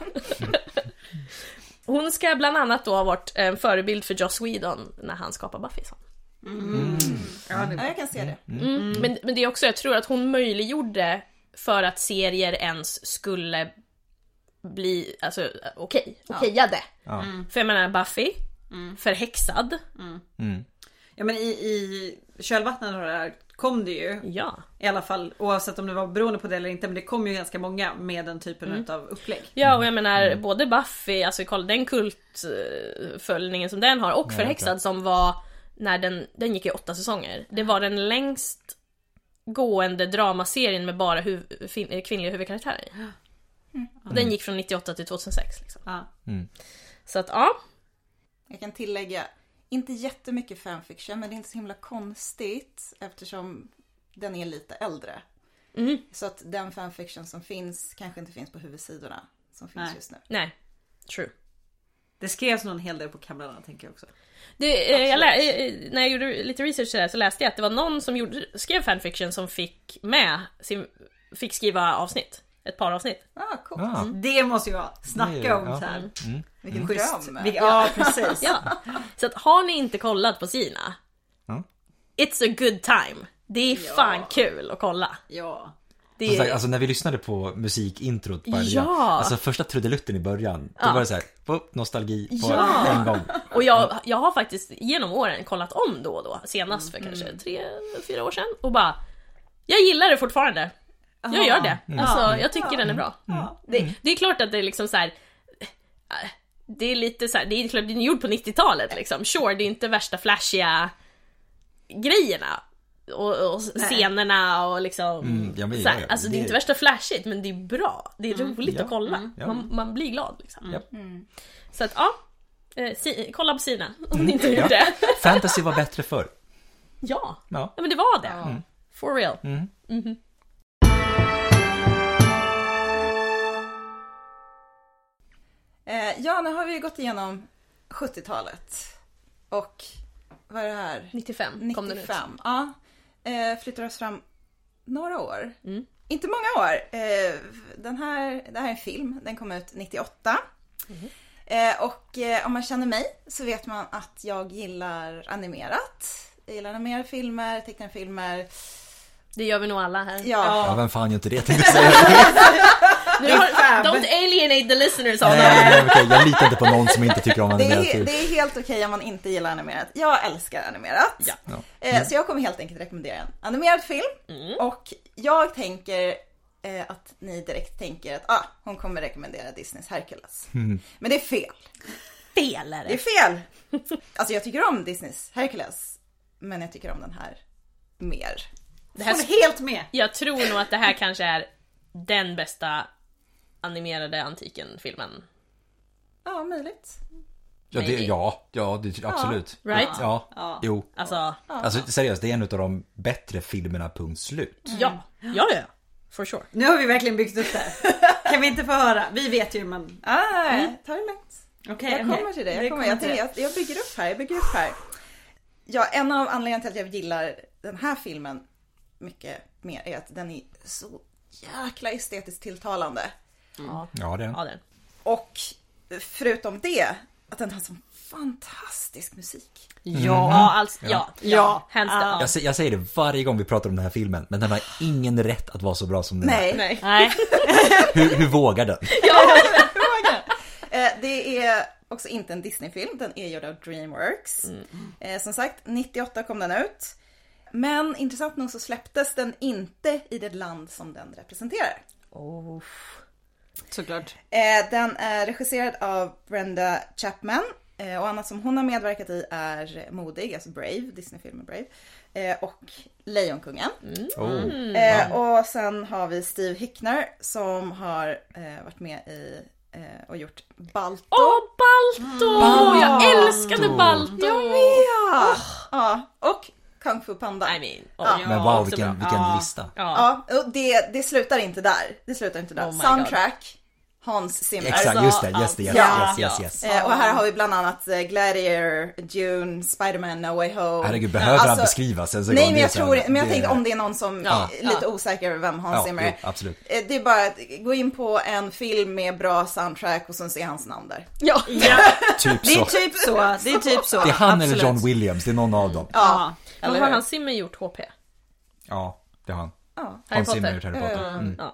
Hon ska bland annat då ha varit en förebild för Joss Whedon när han skapar Buffy. Ja, jag kan se det. Men det är också, jag tror att hon möjliggjorde för att serier ens skulle bli alltså okejade. För jag menar Buffy, förhäxad. Ja men i kölvattnet och det där kom det ju. Ja. I alla fall, oavsett om det var beroende på det eller inte, men det kom ju ganska många med den typen av upplägg. Ja, och jag menar både Buffy, alltså kolla den kultföljningen som den har, och förhäxad som var när den gick i 8 säsonger. Det var den längst gående dramaserien med bara kvinnliga huvudkaraktärer. Den gick från 98 till 2006 liksom. Så att jag kan tillägga, inte jättemycket fanfiction, men det är inte så himla konstigt eftersom den är lite äldre. Så att den fanfiction som finns kanske inte finns på huvudsidorna som finns just nu. Nej, true. Det skrevs någon hel del på kamrarna, tänker jag också. När jag gjorde lite research där så läste jag att det var någon som skrev fanfiction som fick skriva avsnitt. Ett par avsnitt. Coolt. Det måste ju vara snacka om så här. Vilken dröm. Ja, precis. Så att har ni inte kollat på Sina, it's a good time. Det är fan kul att kolla. Ja. Det är... Alltså när vi lyssnade på musikintrot på Ja. alltså första trudelutten i början, då var det så här, nostalgi på en gång. Och jag har faktiskt genom åren kollat om då och då, senast för kanske 3-4 år sedan, och bara, jag gillar det fortfarande. Jag gör det. Alltså, jag tycker den är bra. Det är klart att det är liksom så här. Det är lite så här, det är klart det är gjord på 90-talet liksom. Sure, det är inte värsta flashiga grejerna och scenerna och liksom så här, alltså det är inte värsta flashigt, men det är bra. Det är roligt att kolla. Man blir glad liksom. Så att kolla på Sina om ni inte har gjort det. Fantasy var bättre förr. Ja, men det var det. For real. Ja, nu har vi gått igenom 70-talet. Och vad är det här? 95 kom den ut. Ja. Flyttar oss fram några år. Inte många år. Det här är en film. Den kom ut 98. Och om man känner mig så vet man att jag gillar animerat. Jag gillar animerade filmer, tecknade filmer. Det gör vi nog alla här. Ja, vem fan gör inte det, tänkte jag säga. Don't alienate the listeners. Nej, jag litar inte på någon som inte tycker om animerat film. Det är helt okej om man inte gillar animerat. Jag älskar animerat. Så jag kommer helt enkelt rekommendera en animerad film. Och jag tänker att ni direkt tänker att hon kommer rekommendera Disneys Hercules. Men det är fel. Fel är det. Det är fel. Alltså jag tycker om Disneys Hercules, men jag tycker om den här mer. Det här är helt med. Jag tror nog att det här kanske är den bästa animerade antiken-filmen. Ja, möjligt. Det absolut. Right? Ja. Jo. Alltså seriöst, det är en av de bättre filmerna, punkt slut. Ja. For sure. Nu har vi verkligen byggt upp det här. Kan vi inte få höra? Vi vet ju man. Ta det lugnt. Okay, jag kommer till det. Jag bygger upp här. Ja, en av anledningarna till att jag gillar den här filmen mycket mer är att den är så jäkla estetiskt tilltalande. Ja, det är den. Och förutom det, att den har sån fantastisk musik. Jag säger det varje gång vi pratar om den här filmen, men den har ingen rätt att vara så bra som den är. Nej. Hur vågar den? Det är också inte en Disney-film, den är gjord av DreamWorks. Som sagt, 98 kom den ut. Men intressant nog så släpptes den inte i det land som den representerar. Såklart. Den är regisserad av Brenda Chapman. Och annat som hon har medverkat i är Modig, alltså Brave, Disney-filmen Brave. Och Lejonkungen. Och sen har vi Steve Hickner som har varit med i och gjort Balto. Balto! Jag älskade Balto! Jag med! Och Kung Fu Panda. Men wow, vilken lista. Och det slutar inte där. Soundtrack Hans Zimmer. Exakt, just det. Yes. Och här har vi bland annat Gladiator, Dune, Spider-Man, No Way Home. Herregud, behöver han beskrivas? Nej, men jag tänkte om det är någon som är lite osäker över vem Hans Zimmer är. Absolut. Det är bara att gå in på en film med bra soundtrack och sen se hans namn där. Typ det är typ så. Det är han eller John Williams, det är någon av dem. Eller har Hans Zimmer gjort HP? Ja, det har han. Harry Hans Zimmer har gjort Harry Potter.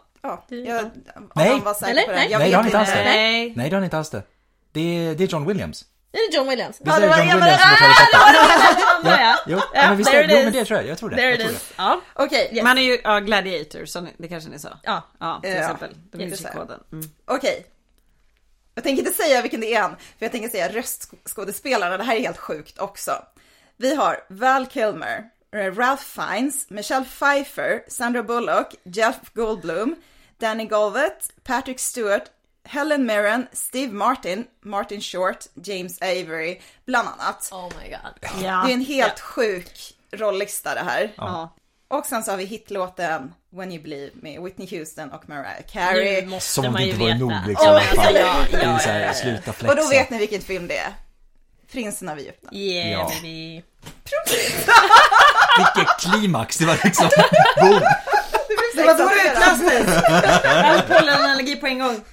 Han var säker på det. Nej, det har han inte alls det. Nej, det har han inte alls det. Det är John Williams. Det är John Williams. Visst är det John Williams som heter Jo, men visst är det. Jo, men det tror jag. Jag tror det. There it is. Okej. Man är ju Gladiator, så det kanske ni sa. Ja, till exempel. Det är musikkoden. Okej. Jag tänker inte säga vilken det är än, för jag tänker säga röstskådespelarna. Det här är helt sjukt också. Vi har Val Kilmer, Ralph Fiennes, Michelle Pfeiffer, Sandra Bullock, Jeff Goldblum, Danny Golvet, Patrick Stewart, Helen Mirren, Steve Martin, Martin Short, James Avery, bland annat. Oh my god. Det är en helt sjuk rolllista det här. Ja. Och sen så har vi hitlåten When You Believe med Whitney Houston och Mariah Carey. Nu måste Som om man det ju inte var veta. nog liksom. Det är så här, sluta flexa. Och då vet ni vilken film det är. Prinsen av Egypten. Yeah, baby. Vilket klimax, det var liksom boom. Det var då det utlöstes. Alkoholallergi på en gång.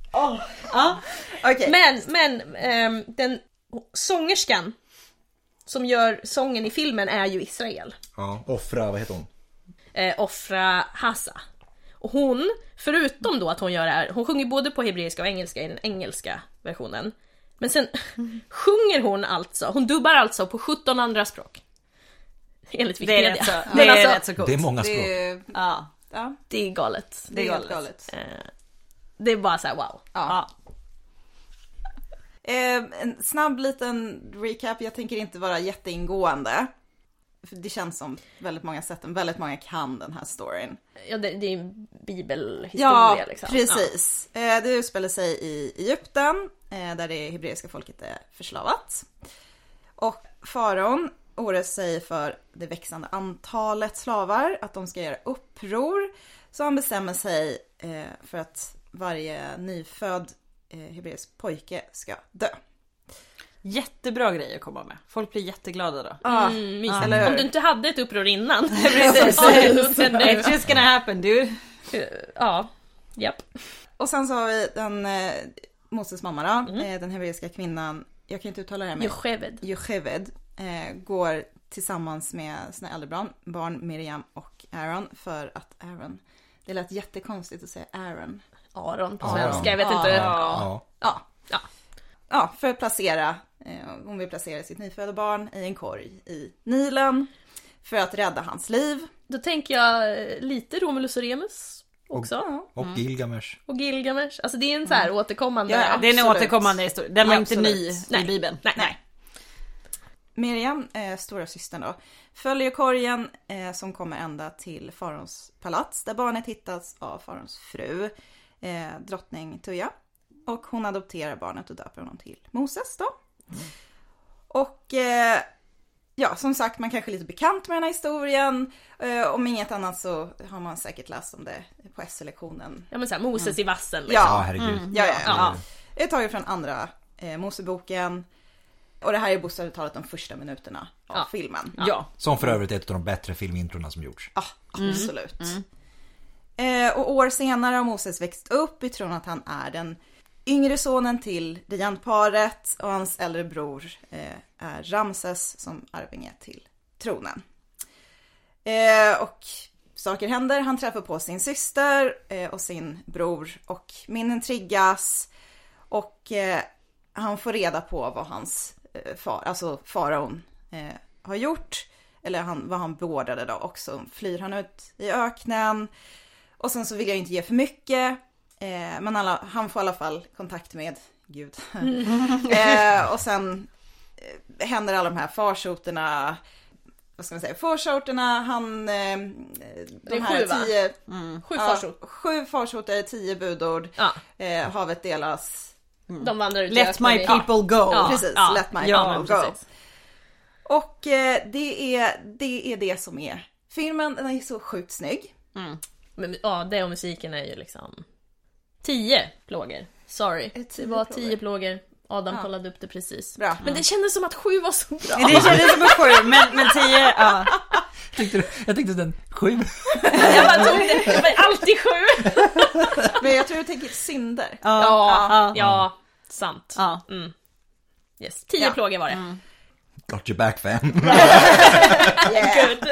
Okay. Men den sångerskan som gör sången i filmen är ju Israel. Ja, Ofra, vad heter hon? Ofra Hassa. Och hon, förutom då att hon gör det här, hon sjunger både på hebreiska och engelska i den engelska versionen. Men sen sjunger hon dubbar alltså på 17 andra språk. Enligt Wikipedia. Det är rätt så coolt. Det är många språk. Ja. Det är galet. Det är helt galet. Det är bara så här, wow. Ja. En snabb liten recap. Jag tänker inte vara jätteingående. För det känns som väldigt många sätten. Väldigt många kan den här storyn. Ja, det är en bibelhistoria liksom. Precis. Det utspelar sig i Egypten. Där det hebreiska folket är förslavat. Och faraon oroar sig för det växande antalet slavar. Att de ska göra uppror. Så han bestämmer sig för att varje nyfödd hebreisk pojke ska dö. Jättebra grej att komma med. Folk blir jätteglada då. Eller Om du inte hade ett uppror innan. Precis. It's just gonna happen, dude. Ja, japp. Och sen så har vi den Moses mamma då, den hebreiska kvinnan, jag kan inte uttala det här med Jocheved, går tillsammans med sina äldre barn Miriam och Aaron för att Aaron, det lät jättekonstigt att säga Aaron på svenska, jag vet inte. Ja, för att placera, hon vill placera sitt nyfödda barn i en korg i Nilen för att rädda hans liv. Då tänker jag lite Romulus och Remus också. Och Gilgamesh. Och Gilgamesh. Alltså det är en så här återkommande... Ja, det är en återkommande historia. Den var inte ny Nej. i Bibeln. Nej. Miriam, stora systern då, följer korgen som kommer ända till faraons palats där barnet hittas av faraons fru, drottning Tuja. Och hon adopterar barnet och döper honom till Moses då. Och ja, som sagt, man kanske är lite bekant med den här historien. Om inget annat så har man säkert läst om det på SE-lektionen. Ja, men så här, Moses i vassen liksom. Ja, herregud. Ja. Det är taget från andra Moseboken. Och det här är bokstavligt talat de första minuterna av filmen. Ja. Som för övrigt är ett av de bättre filmintrona som gjorts. Ja, absolut. Och år senare har Moses växt upp i tron att han är den yngre sonen till regentparet och hans äldre bror är Ramses som arvinge till tronen. Och saker händer, han träffar på sin syster och sin bror och minnen triggas och han får reda på vad hans faraon har gjort, eller vad han beordrade då, och så flyr han ut i öknen och sen så vill jag inte ge för mycket. Men han får i alla fall kontakt med Gud. Och sen händer alla de här farsoterna. Vad ska man säga? Farsoterna, han... Det är 10... 7 farsot. 7 farsoter, 10 budord. Havet delas. De vandrar ut. Let my people go. Ja, precis, let my people go. Precis. Och det är det som är filmen. Den är så sjukt snygg. Men det och musiken är ju liksom 10 plågor. Sorry. Det var 10 plågor. Adam kollade upp det precis. Bra. Men det kändes som att 7 var så bra. Det kändes som en 7, men 10, ja. Jag tänkte den 7. Jag bara tog det var alltid 7. Men jag tror du tänker synder. Ja, sant. Ja. Yes, 10 plågor var det. Got your back, fam. Good.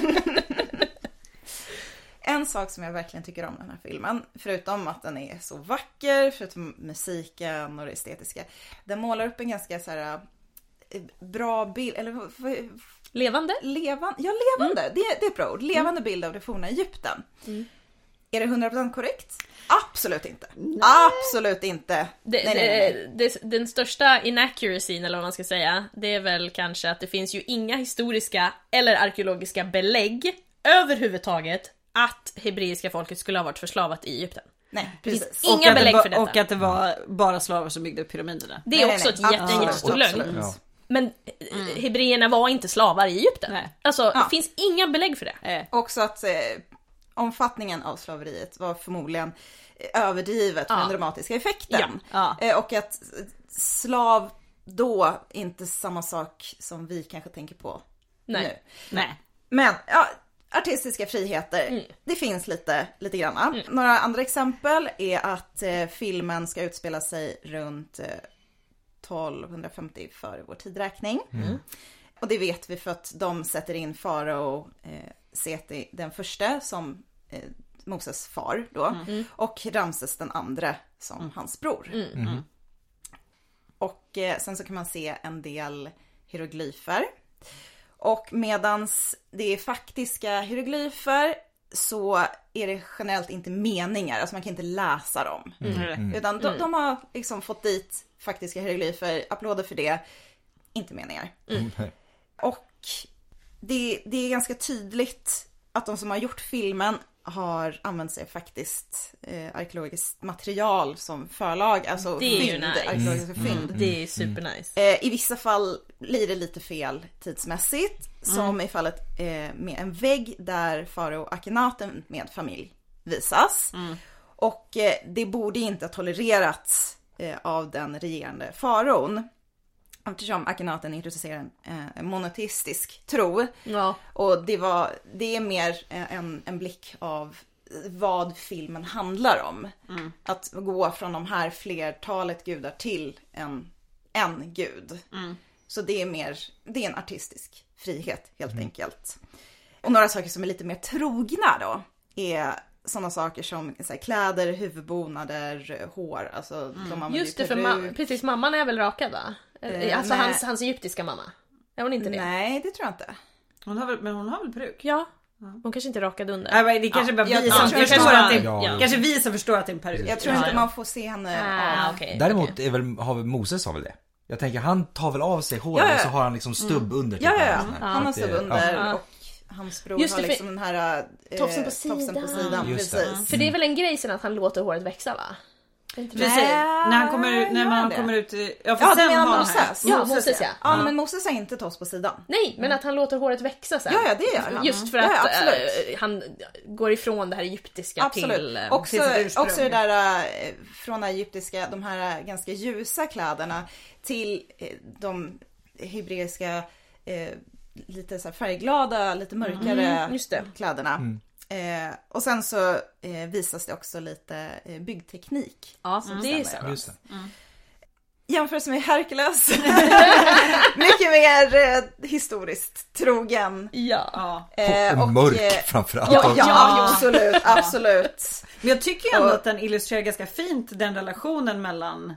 En sak som jag verkligen tycker om den här filmen, förutom att den är så vacker, förutom musiken och det estetiska, den målar upp en ganska så här bra bild, eller Levande? Levande. Det är ett bra ord. Levande bild av det forna Egypten. Är det 100% korrekt? Absolut inte. Absolut inte. Den största inaccuracyn, eller vad man ska säga, det är väl kanske att det finns ju inga historiska eller arkeologiska belägg överhuvudtaget att hebreiska folket skulle ha varit förslavat i Egypten. Nej, precis. Inga belägg för detta. Och att det var bara slavar som byggde upp pyramiderna. Det är också ett jättestor lögn. Ja. Men hebreerna var inte slavar i Egypten. Nej. Alltså, det finns inga belägg för det. Också att omfattningen av slaveriet var förmodligen överdrivet för den dramatiska effekten. Och att slav då inte samma sak som vi kanske tänker på nu. Nej. Men artistiska friheter, det finns lite granna. Några andra exempel är att filmen ska utspela sig runt 1250 före vår tidräkning. Och det vet vi för att de sätter in farao Seti den första som Moses far då. Och Ramses den andre som hans bror. Och sen så kan man se en del hieroglyfer. Och medans det är faktiska hieroglyfer så är det generellt inte meningar. Alltså man kan inte läsa dem. Utan de har liksom fått dit faktiska hieroglyfer. Applåder för det. Inte meningar. Och det är ganska tydligt att de som har gjort filmen har använt sig faktiskt arkeologiskt material som förlag, alltså fynd, arkeologiska fynd. Det är supernice. I vissa fall blir det lite fel tidsmässigt, som i fallet med en vägg där farao Akhenaten med familj visas. Och det borde inte ha tolererats av den regerande faraon. Eftersom Akhenaten introducerar en monoteistisk tro. Ja. Och det är mer en blick av vad filmen handlar om. Att gå från de här flertalet gudar till en gud. Så det är en artistisk frihet helt enkelt. Och några saker som är lite mer trogna då är sådana saker som så här, kläder, huvudbonader, hår. Alltså, just det, för precis, mamman är väl rakad va? Alltså hans egyptiska mamma. Är hon inte det? Nej, det tror jag inte. Hon har väl peruk? Ja. Hon kanske inte rakad under. Nej, det kanske bara vi som förstår att det kanske vi som förstår att det är en peruk. Jag tror inte man får se henne okay, däremot är Moses har väl det. Jag tänker han tar väl av sig håret och så har han liksom stubb under. Typ han har stubb under och hans bror har liksom den här tofsen på sidan. Precis. För det är väl en grej sen att han låter håret växa va? Precis. När man kommer ut Moses. Ja, men Moses har inte tofs på sidan. Nej, men att han låter håret växa sen. Ja, det gör han. Just för att han går ifrån det här egyptiska till också det där från det egyptiska, de här ganska ljusa kläderna till de hebreiska lite så här färgglada, lite mörkare kläderna. Och sen så visas det också lite byggteknik. Ja, det är så. Just det. Jämfört med Herkules. Mycket mer historiskt trogen. Ja. Och mörk framförallt. Ja, absolut. Men jag tycker ändå att den illustrerar ganska fint den relationen mellan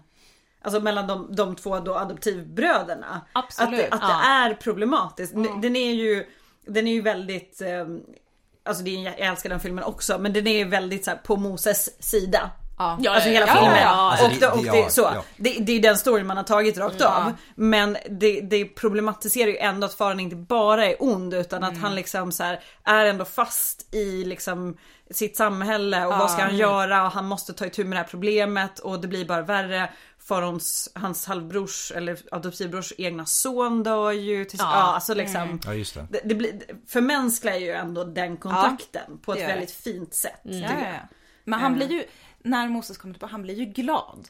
de två då adoptivbröderna. Absolut. Att det är problematiskt. Den är ju väldigt alltså jag älskar den filmen också, men den är väldigt så här, på Moses sida. Alltså hela filmen. Det är den story man har tagit rakt av. Men det problematiserar ju ändå att faren inte bara är ond, utan att han liksom så här, är ändå fast i liksom sitt samhälle och vad ska han göra, och han måste ta itu med det här problemet, och det blir bara värre. Hans halvbrors eller adoptivbrors egna son dör ju till, alltså liksom just det. Det blir förmänskligar ju ändå den kontakten på ett väldigt fint sätt. Men han blir ju, när Moses kommer tillbaka, han blir ju glad.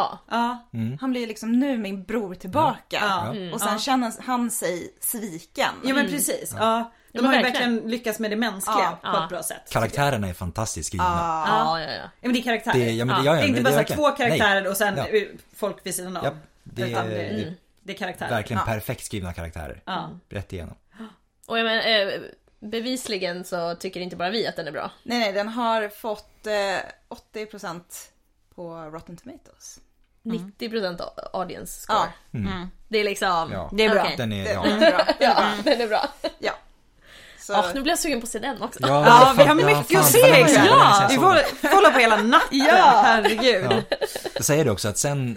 Han blir ju liksom, nu min bror tillbaka. Och sen känner han sig sviken. Ja, men precis. De har ju verkligen lyckats med det mänskliga på ett bra sätt. Karaktärerna är fantastiskt skrivna. Men det är karaktärer. Det är inte bara så två karaktärer och sen folk vid sidan av. Det är karaktärer. Verkligen perfekt skrivna karaktärer. Rätt igenom. Och jag menar, bevisligen så tycker inte bara vi att den är bra. Nej, den har fått 80% på Rotten Tomatoes. 90% audience score. Det är liksom... Det är bra. Okay. Den är bra. Den är bra. Ja. Nu blir jag sugen på att se den också. Vi har mycket att se. Vi får hålla på hela natten. Herregud. Jag säger det också att sen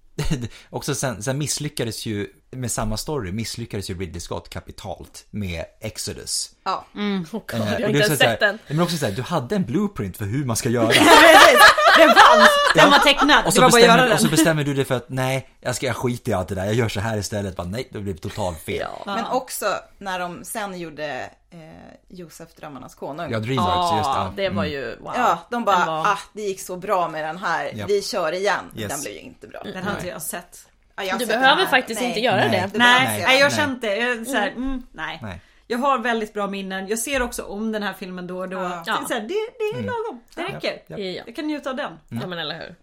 misslyckades ju med samma story, misslyckades ju Ridley Scott kapitalt med Exodus. Jag har inte ens sett den. Men också så här, du hade en blueprint för hur man ska göra. Den fanns, den var tecknad. Och så bestämmer du dig för att nej, jag skiter i allt det där. Jag gör så här istället. Bara, nej, det blir totalt fel. Men också när de sen gjorde Josef Drömmarnas konung. Ja, Dreamworks, just det. Det var ju, wow. Ja, de bara, det gick så bra med den här. Vi kör igen. Yes. Den blev ju inte bra. Den har inte jag sett. Du behöver faktiskt inte göra det. Nej, jag kände det. Jag så här, nej. Jag har väldigt bra minnen. Jag ser också om den här filmen då och då. Det är lagom. Det räcker. Jag kan njuta av den. Ja, men eller hur?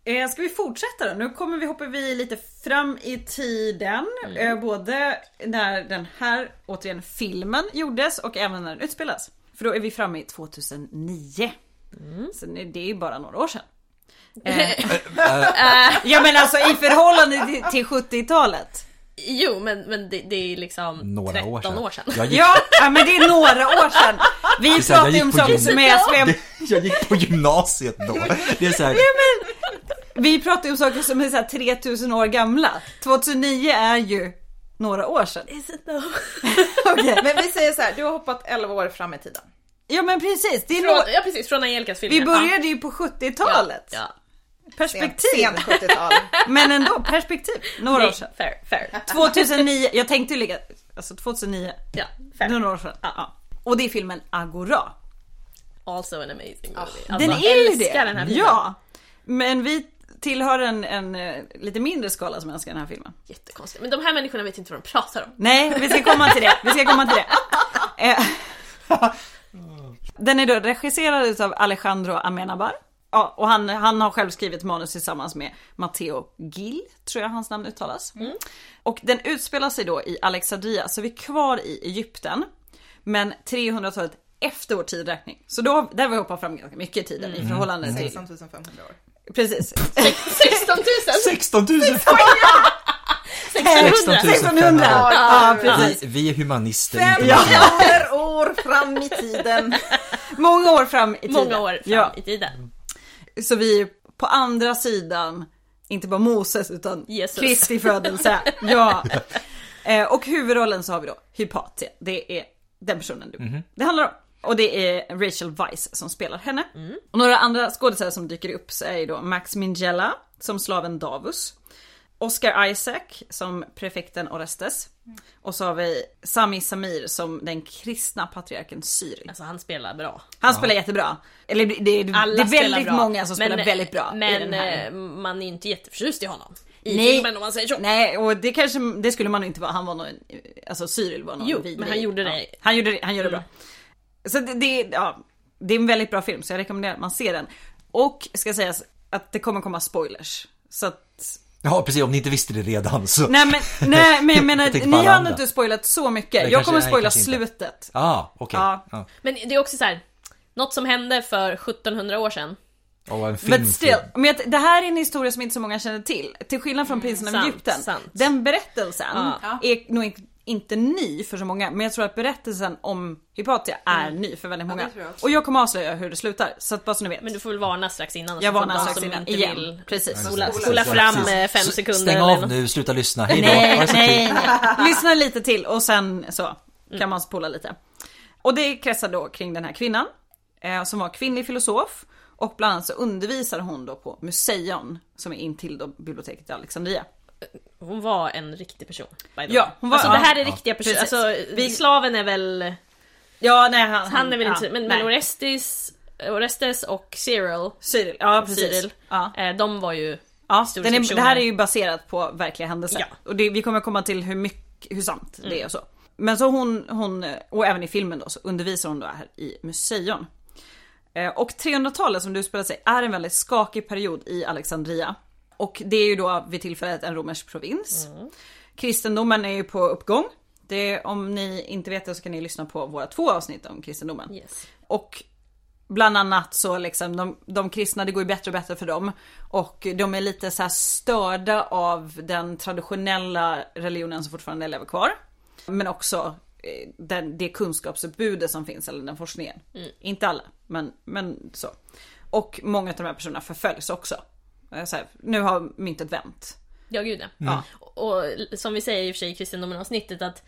Ska vi fortsätta då? Nu hoppar vi lite fram i tiden. Både när den här, återigen, filmen gjordes och även när den utspelas. För då är vi framme i 2009. Så det är ju bara några år sedan. Ja, men alltså i förhållande till 70-talet. Jo, men det är liksom några 13 år sedan. Ja, men det är några år sedan. Vi pratar ju om saker som är... Jag gick på gymnasiet då. Det är så här... Vi pratar ju om saker som är så här 3000 år gamla. 2009 är ju några år sedan. Is it though? Okay. Men vi säger så här, du har hoppat 11 år fram i tiden. Ja, men precis. Det är Ja, precis, från Angelicas filmer. Vi började ju på 70-talet. Ja. Perspektiv. Sent 70-tal. Men ändå, perspektiv. Några år sedan. Fair. 2009, jag tänkte ju ligga... Alltså 2009. Ja, fair. Några år sedan. Ja. Och det är filmen Agora. Also an amazing movie. Den Alltså, är ju älskar det. Den här filmen. Ja. Men vi tillhör en lite mindre skala som älskar den här filmen. Jättekonstigt. Men de här människorna vet inte vad de pratar om. Nej, vi ska komma till det. Den är då regisserad av Alejandro Amenabar. Ja, och han har själv skrivit manus tillsammans med Matteo Gil, tror jag hans namn uttalas. Och den utspelar sig då i Alexandria, så vi är kvar i Egypten. Men 300-talet efter vår tidräkning. Så då, där vi hoppar fram ganska mycket i tiden i förhållande till... 16 500 år. Precis. 16 000! 1600! Ja, precis. Vi är humanister. Per år fram i tiden. Många år fram i tiden. Många år fram i tiden. Så vi är på andra sidan, inte bara Moses utan Jesus. Kristi födelse. Ja. Och huvudrollen så har vi då Hypatia. Det är den personen det handlar om. Och det är Rachel Weisz som spelar henne. Och några andra skådespelare som dyker upp så är då Max Minghella som slaven Davus. Oscar Isaac som prefekten Orestes. Och så har vi Sami Samir som den kristna patriarken Cyril. Alltså han spelar bra. Han spelar jättebra. Eller det är väldigt bra. många som spelar väldigt bra. Men man är inte jätteförtjust i honom. I Nej. filmen om man säger så. Nej, och det skulle man inte vara. Han var nog alltså Cyril var någon vidrig. Men han gjorde det. Ja, han gjorde det bra. Så det är en väldigt bra film, så jag rekommenderar att man ser den. Och ska sägas att det kommer komma spoilers. Så att... Ja, precis, om ni inte visste det redan så... Nej, men jag menar, ni har inte spoilat så mycket. Jag kommer spoila slutet. Okej. Ja. Men det är också så här, något som hände för 1700 år sedan. En film. But still, men det här är en historia som inte så många känner till. Till skillnad från Prinsen av Egypten. Sant. Den berättelsen är nog inte ny för så många. Men jag tror att berättelsen om Hypatia är ny för väldigt många. Och jag kommer avslöja hur det slutar. Så att bara så ni vet. Men du får väl varna strax innan. Jag varnar strax som innan inte igen. vill Precis. Spola fram 5 sekunder. Stäng av nu, sluta lyssna. Hej då. Nej. Lyssna lite till och sen så kan man spola lite. Och det kretsar då kring den här kvinnan som var kvinnlig filosof. Och bland annat så undervisar hon då på Museion som är intill då biblioteket i Alexandria. Hon var en riktig person. Ja, hon var, alltså det här är riktiga personer. Alltså slaven är väl... Ja, nej, han är väl inte... Men Orestes och Cyril. Ja, precis. De var ju... Ja, det här är ju baserat på verkliga händelser. Ja. Och vi kommer komma till hur sant det är och så. Men så hon och även i filmen då så undervisar hon då här i Museion. Och 300-talet som du spelar sig är en väldigt skakig period i Alexandria. Och det är ju då vid tillfället en romersk provins. Kristendomen är ju på uppgång. Om ni inte vet det så kan ni lyssna på våra 2 avsnitt om kristendomen. Yes. Och bland annat så liksom de kristna, det går ju bättre och bättre för dem. Och de är lite så här störda av den traditionella religionen som fortfarande lever kvar. Men också det kunskapsutbudet som finns, eller den forskningen. Inte alla, men så. Och många av de här personerna förföljs också. Så här, nu har myntet vänt. Ja, gud ja. Och som vi säger i och för sig i kristendomen-avsnittet att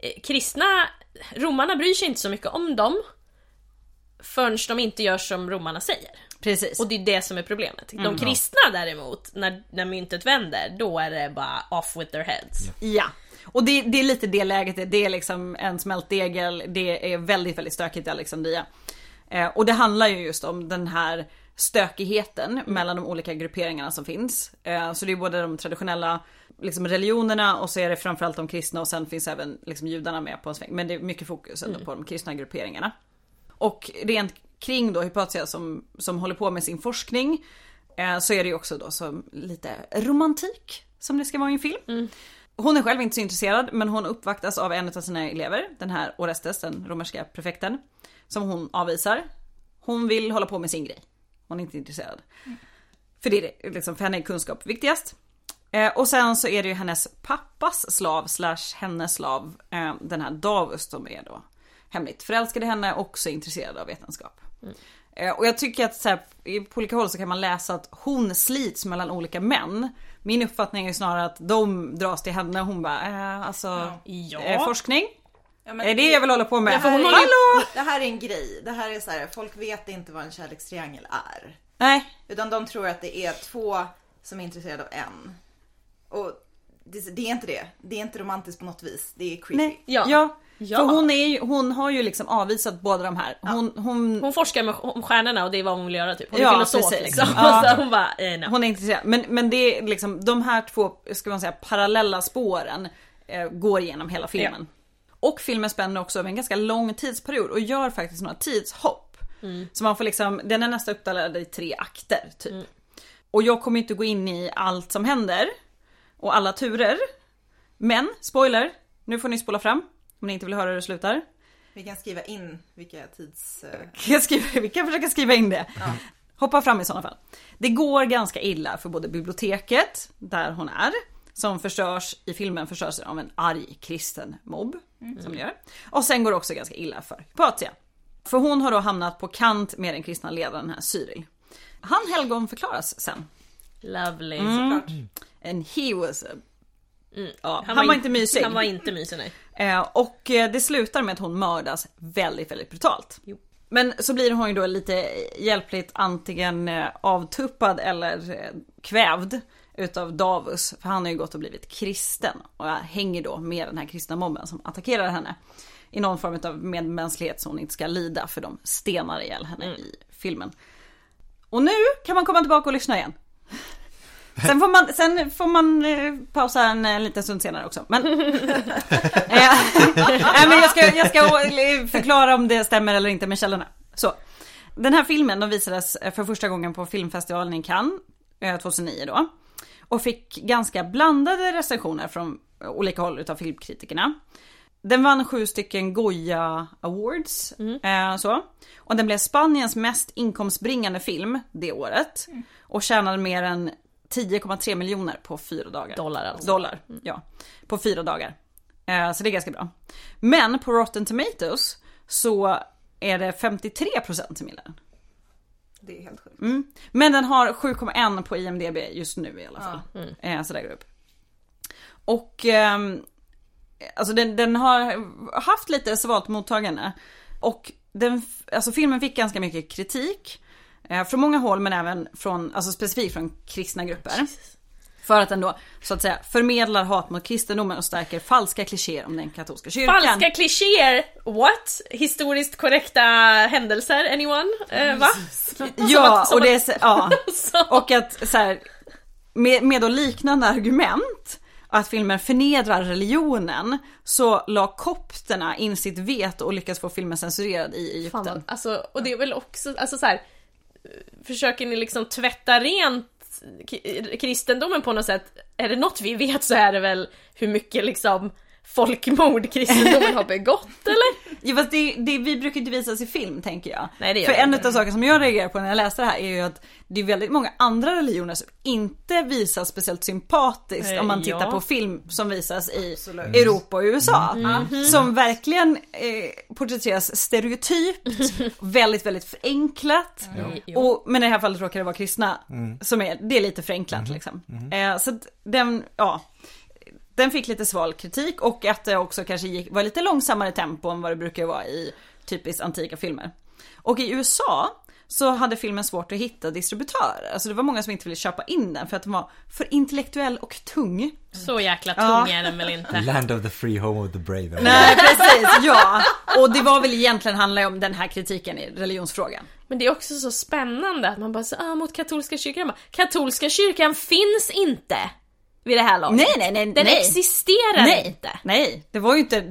romarna bryr sig inte så mycket om dem förrän de inte gör som romarna säger. Precis. Och det är det som är problemet. De kristna däremot, när myntet vänder, då är det bara off with their heads. Ja. Och det är lite det läget, det är liksom en smältdegel, det är väldigt, väldigt stökigt i Alexandria. Och det handlar ju just om den här stökigheten mellan de olika grupperingarna som finns. Så det är både de traditionella liksom religionerna och så är det framförallt de kristna och sen finns även liksom judarna med på en sväng. Men det är mycket fokus ändå på de kristna grupperingarna. Och rent kring då Hypatia som håller på med sin forskning så är det ju också då så lite romantik som det ska vara i en film. Hon är själv inte så intresserad, men hon uppvaktas av en av sina elever, den här Orestes, den romerska prefekten, som hon avvisar. Hon vill hålla på med sin grej. Hon är inte intresserad. För det är liksom, för henne är kunskap viktigast. Och sen så är det ju hennes pappas slav / hennes slav, den här Davus, som är då hemligt förälskad i henne, också intresserad av vetenskap. Och jag tycker att så här, på olika håll så kan man läsa att hon slits mellan olika män. Min uppfattning är snarare att de dras till henne och hon bara, forskning. Ja, men är det jag vill hålla på med? Ja, Hallå! Det här är en grej. Det här är så här, folk vet inte vad en kärlekstriangel är. Nej. Utan de tror att det är 2 som är intresserade av en. Och det är inte det. Det är inte romantiskt på något vis. Det är creepy. Nej. Ja. För hon har ju liksom avvisat båda de här. Hon forskar om stjärnorna och det är vad hon vill göra typ. Hon är filosof precis. liksom. Ja. Så hon bara, no. Hon är intresserad. Men det är liksom de här 2, ska man säga, parallella spåren går igenom hela filmen. Och filmen spänner också över en ganska lång tidsperiod och gör faktiskt några tidshopp. Så man får liksom, den är nästan uppdelad i 3 akter typ. Och jag kommer inte gå in i allt som händer och alla turer. Men, spoiler, nu får ni spola fram om ni inte vill höra hur det slutar. Vi kan skriva in vilka tids... Vi kan försöka skriva in det. Ja. Hoppa fram i sådana fall. Det går ganska illa för både biblioteket, där hon är, som i filmen förstörs av en arg kristen mobb. Som det gör. Och sen går det också ganska illa för Hypatia. För hon har då hamnat på kant med den kristna ledaren här, Cyril. Han helgon förklaras sen. Lovely, såklart. And he was han var inte mysig. Han var inte mysig, nej. Och det slutar med att hon mördas väldigt, väldigt brutalt. Jo. Men så blir hon ju då lite hjälpligt antingen avtuppad eller kvävd utav Davus. För han har ju gått och blivit kristen. Och hänger då med den här kristna mobben som attackerar henne. I någon form av medmänsklighet så hon inte ska lida, för de stenar ihjäl henne i filmen. Och nu kan man komma tillbaka och lyssna igen. Sen får man pausa en liten stund senare också. Men, men jag ska förklara om det stämmer eller inte med källorna. Så, den här filmen de visades för första gången på filmfestivalen i Cannes 2009 då. Och fick ganska blandade recensioner från olika håll utav filmkritikerna. Den vann 7 Goya Awards. Så. Och den blev Spaniens mest inkomstbringande film det året. Och tjänade mer än 10,3 miljoner på 4 dagar. Dollar, ja. På 4 dagar. Så det är ganska bra. Men på Rotten Tomatoes så är det 53% som gillar den. Det är helt sjukt. Men den har 7,1 på IMDb just nu i alla fall. Så där går upp. Och alltså den har haft lite svalt mottagande. Och filmen fick ganska mycket kritik. Från många håll, men även från, alltså specifikt från kristna grupper. Jesus. För att den då, så att säga, förmedlar hat mot kristendomen och stärker falska klichéer om den katolska kyrkan. Falska klichéer? What? Historiskt korrekta händelser? Anyone? Va? Ja, och det är ja. Och att så här, med då liknande argument att filmen förnedrar religionen, så la kopterna in sitt veto och lyckas få filmen censurerad i Egypten. Fan, alltså, och det är väl också, alltså så här, försöker ni liksom tvätta rent kristendomen på något sätt? Är det något vi vet så är det väl hur mycket liksom folkmord kristendomen har begått, eller? Ja, fast det vi brukar inte visas i film, tänker jag. Nej, det gör för en av saker som jag reagerar på när jag läste det här är ju att det är väldigt många andra religioner som inte visas speciellt sympatiskt om man tittar på film som visas i Europa och USA. Som verkligen porträtteras stereotypt, väldigt, väldigt förenklat. Men i det här fallet råkar det vara kristna som det är lite förenklat liksom. Så att den fick lite sval kritik, och att det också kanske var lite långsammare tempo än vad det brukar vara i typiskt antika filmer. Och i USA så hade filmen svårt att hitta distributörer. Alltså det var många som inte ville köpa in den för att den var för intellektuell och tung. Så jäkla tung är den väl inte. Land of the free, home of the brave. Nej, precis, ja. Och det var väl egentligen handla om den här kritiken i religionsfrågan. Men det är också så spännande att man bara så, mot katolska kyrkan. Katolska kyrkan finns inte. vid det här laget. Nej. Den existerar inte. Nej, det var ju inte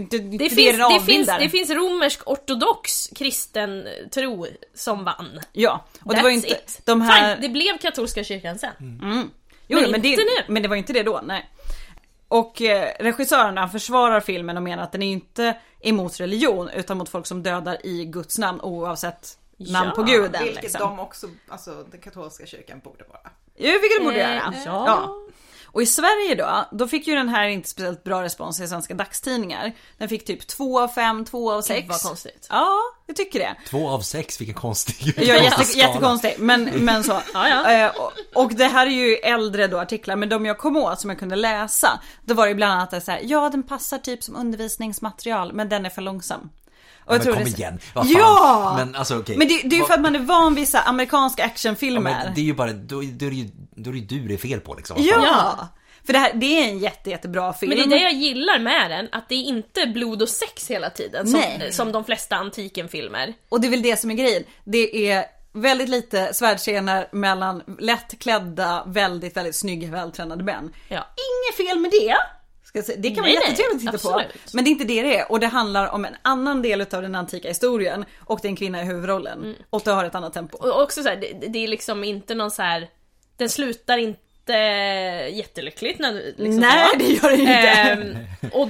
det finns romersk ortodox kristen tro som vann. Ja, och det var ju inte it. de här... Fine, det blev katolska kyrkan sen. Jo, men men det var inte det då, nej. Och regissören, han försvarar filmen och menar att den är inte emot religion utan mot folk som dödar i Guds namn oavsett namn på guden. Vilket liksom. de också, alltså den katolska kyrkan borde vara. Ja, vilket de borde göra. Ja. Och i Sverige då fick ju den här inte speciellt bra respons i svenska dagstidningar. Den fick typ 2 av 5, 2 av 6. Vad konstigt. Ja, jag tycker det. 2 av 6, vilken konstig Ja, jättekonstigt, men så. Ja. Och det här är ju äldre då artiklar, men de jag kom åt som jag kunde läsa, då var det bland annat att så här, ja, den passar typ som undervisningsmaterial, men den är för långsam. Och men kom igen, vad fan. Ja! Men alltså okej. Men det är ju för att man är van vid vissa amerikanska actionfilmer. Ja, men det är ju bara, då är det ju det är fel på liksom. Ja! För det är en jättebra film. Men det är det jag gillar med den, att det är inte blod och sex hela tiden som de flesta antikenfilmer. Och det är väl det som är grejen. Det är väldigt lite svärdsscener mellan lättklädda, väldigt, väldigt snygga, vältränade män. Ja. Inget fel med det. Det kan vara jättetrevligt att titta på. Men det är inte det är. Och det handlar om en annan del av den antika historien. Och det är en kvinna i huvudrollen. Och det har ett annat tempo. Och också så här, det är liksom inte någon så här. Den slutar inte jättelyckligt liksom. Nej, det gör det inte. Och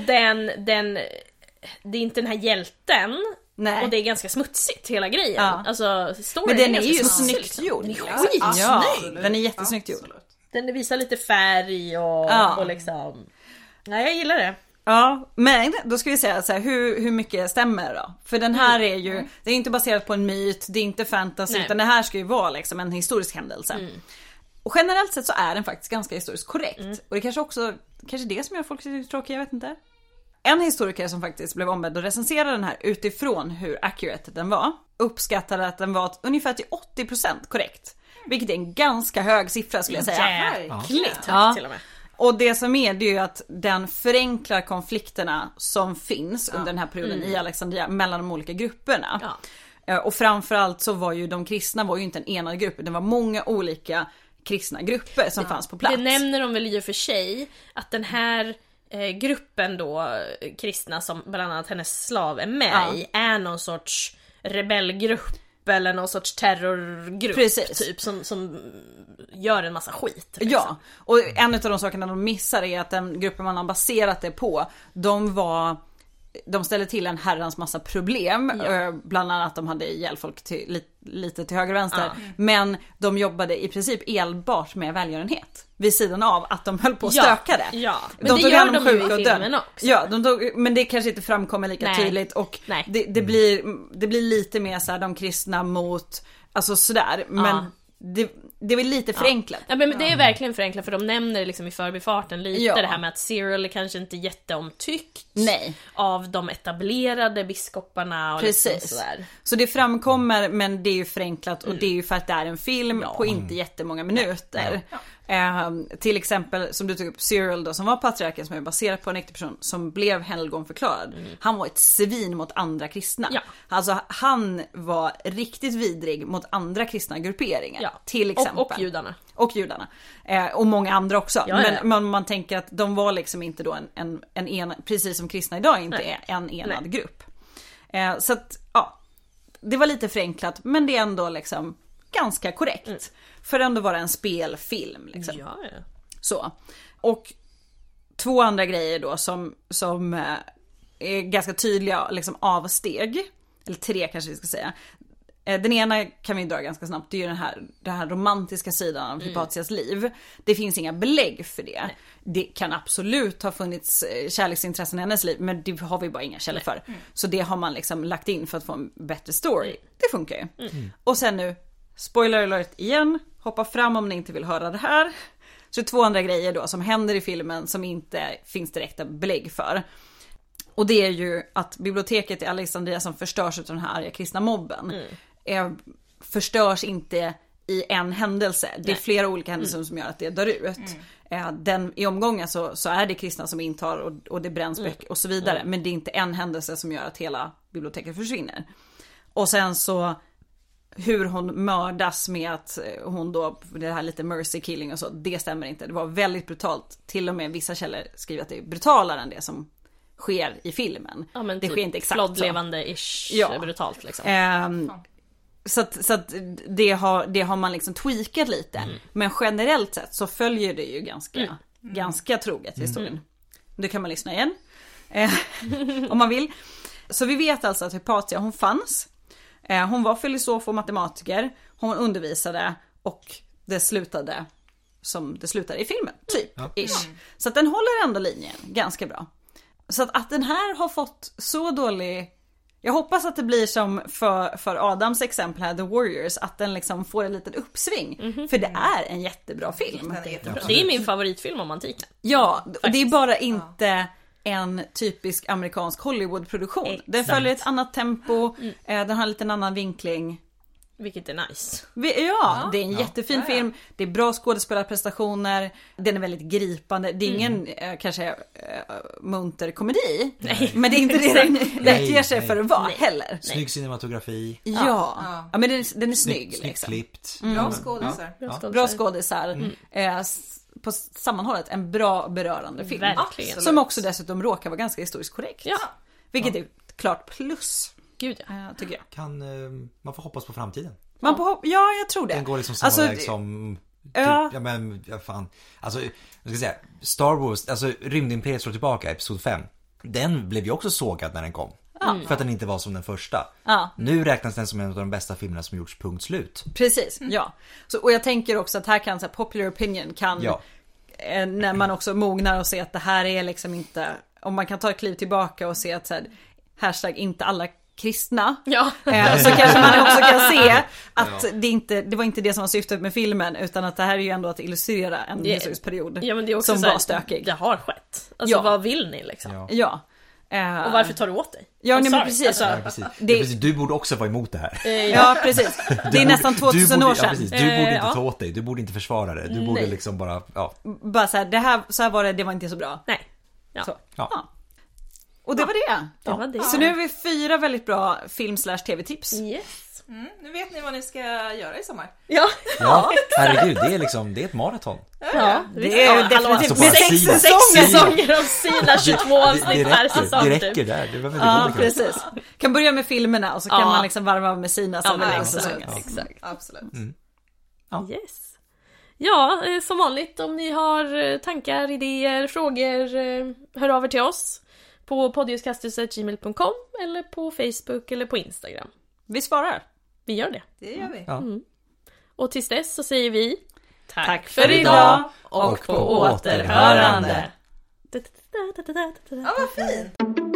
det är inte den här hjälten. Nej. Och det är ganska smutsigt hela grejen. Ja. Alltså, men den är ju smutsig, snyggt liksom. gjord. Den är skitsnygg. Ja, den är jättesnyggt gjord. Den visar lite färg och liksom. Nej, jag gillar det. Ja, men då ska vi säga så här, hur mycket stämmer då? För den här är ju, det är inte baserat på en myt, det är inte fantasy, utan det här ska ju vara liksom en historisk händelse. Och generellt sett så är den faktiskt ganska historiskt korrekt. Och det kanske det som gör folk lite tråkiga, jag vet inte. En historiker som faktiskt blev ombedd att recensera den här utifrån hur accurate den var, uppskattade att den var ungefär till 80% korrekt. Vilket är en ganska hög siffra skulle jag säga. Jäkligt till och med. Och det som är ju att den förenklar konflikterna som finns under den här perioden i Alexandria mellan de olika grupperna. Ja. Och framförallt så var ju de kristna var ju inte en enad grupp, det var många olika kristna grupper som fanns på plats. Det nämner de väl i och för sig att den här gruppen då, kristna som bland annat hennes slav är med i, är någon sorts rebellgrupp eller någon sorts terrorgrupp. Precis. Typ som gör en massa skit. Liksom. Ja, och en av de sakerna de missar är att den gruppen man har baserat det på, de ställde till en herrans massa problem. Bland annat att de hade ihjäl folk lite till höger och vänster. Men de jobbade i princip enbart med välgörenhet. Vid sidan av att de höll på att stöka det. Ja, men det gör de ju i filmen också. Ja, men det kanske inte framkommer lika tydligt. Och det blir lite mer så här, de kristna mot, alltså sådär. Men det är väl lite förenklat. Ja, men det är verkligen förenklat, för de nämner liksom i förbifarten lite det här med att Cyril är kanske inte jätteomtyckt av de etablerade biskoparna och liksom sådär. Så det framkommer, men det är ju förenklat och det är ju för att det är en film på inte jättemånga minuter. Till exempel som du tog upp, Cyril då, som var patriarken, som är baserad på en äkta person som blev helgonförklarad. Han var ett svin mot andra kristna. Alltså han var riktigt vidrig mot andra kristna grupperingar. Till exempel. Och judarna. Och judarna. Och många andra också. Men man tänker att de var liksom inte då en precis som kristna idag inte är en enad grupp. Så att det var lite förenklat, men det är ändå liksom ganska korrekt. För ändå vara en spelfilm liksom. Så. Och 2 andra grejer då som är ganska tydliga liksom avsteg, eller 3 kanske vi ska säga. Den ena kan vi dra ganska snabbt. Det är ju den här romantiska sidan av Hypatias liv. Det finns inga belägg för det. Det kan absolut ha funnits kärleksintressen i hennes liv, men det har vi bara inga källor för. Så det har man liksom lagt in för att få en bättre story. Det funkar ju. Och sen nu, spoiler alert igen, hoppa fram om ni inte vill höra det här. Så 2 andra grejer då som händer i filmen som inte finns direkta belägg för. Och det är ju att biblioteket i Alexandria som förstörs av den här arga kristna mobben förstörs inte i en händelse. Det är flera olika händelser som gör att det dör ut. I omgången så är det kristna som intar och det bränns böcker och så vidare. Men det är inte en händelse som gör att hela biblioteket försvinner. Och sen så hur hon mördas med att hon då, det här lite mercy killing och så, det stämmer inte. Det var väldigt brutalt. Till och med vissa källor skriver att det är brutalare än det som sker i filmen. Ja, men det typ sker inte exakt flodlevande-ish brutalt liksom. Så att det har man liksom tweakat lite. Men generellt sett så följer det ju ganska troget historien. Nu kan man lyssna igen. Om man vill. Så vi vet alltså att Hypatia, hon fanns. Hon var filosof och matematiker. Hon undervisade och det slutade som det slutade i filmen, typ. Ish. Så att den håller ändå linjen ganska bra. Så att den här har fått så dålig... Jag hoppas att det blir som för Adams exempel här, The Warriors, att den liksom får en liten uppsving. För det är en jättebra film. Det är min favoritfilm om antiken. Ja, och det är bara inte en typisk amerikansk Hollywood-produktion. Den följer ett annat tempo, den har en liten annan vinkling. Vilket är nice. Ja, det är en jättefin film. Det är bra skådespelarprestationer. Den är väldigt gripande. Det är ingen kanske munter komedi. Nej. Men det är inte det den ger sig för att vara heller. Snygg cinematografi. Ja, men den är snygg. Snyggt klippt. Bra skådisar. Bra skådisar. På sammanhållet en bra berörande film. Verkligen. Som också dessutom råkar vara ganska historiskt korrekt. Ja. Vilket är ett klart plus. Gud ja. Tycker jag. Man får hoppas på framtiden. Ja, jag tror det. Den går liksom samma väg som fan. Alltså, jag ska säga, Star Wars, alltså Rymdimperiet slår tillbaka, episod 5. Den blev ju också sågad när den kom. För att den inte var som den första. Nu räknas den som en av de bästa filmerna som gjorts, punkt slut. Precis, ja. Och jag tänker också att här kan så här, popular opinion kan när man också mognar och ser att det här är liksom inte, om man kan ta ett kliv tillbaka och se att så här, hashtag inte alla kristna, så kanske man också kan se att det var inte det som var syftet med filmen, utan att det här är ju ändå att illustrera en historisk period men det är också som var stökig. Det har skett. Alltså vad vill ni liksom? Ja. Och varför tar du åt dig? Ja, nej, men precis. Alltså, precis. Du borde också vara emot det här. Ja, precis. Det är nästan 2000 år sedan. Ja, du borde inte ta åt dig. Du borde inte försvara det. Du borde liksom bara... Ja. Bara så här var det var inte så bra. Nej. Så. Och det var det. Det var det. Så nu har vi 4 väldigt bra film/tv-tips. Yes. Nu vet ni vad ni ska göra i sommar. Ja, herregud, det är ett maraton. Ja, det är definitivt med 6 säsonger och sina 22 avsnitt per säsong. Det räcker där. Det var väldigt ja, precis. Kan börja med filmerna och så kan man liksom varva med sina säsonger. Exakt. Absolut. Yes. Ja, som vanligt, om ni har tankar, idéer, frågor, hör av er till oss på podiuskastus@gmail.com eller på Facebook eller på Instagram. Vi svarar. Vi gör det. Det gör vi. Och tills dess så säger vi tack för idag och på återhörande. Ja, vad fint.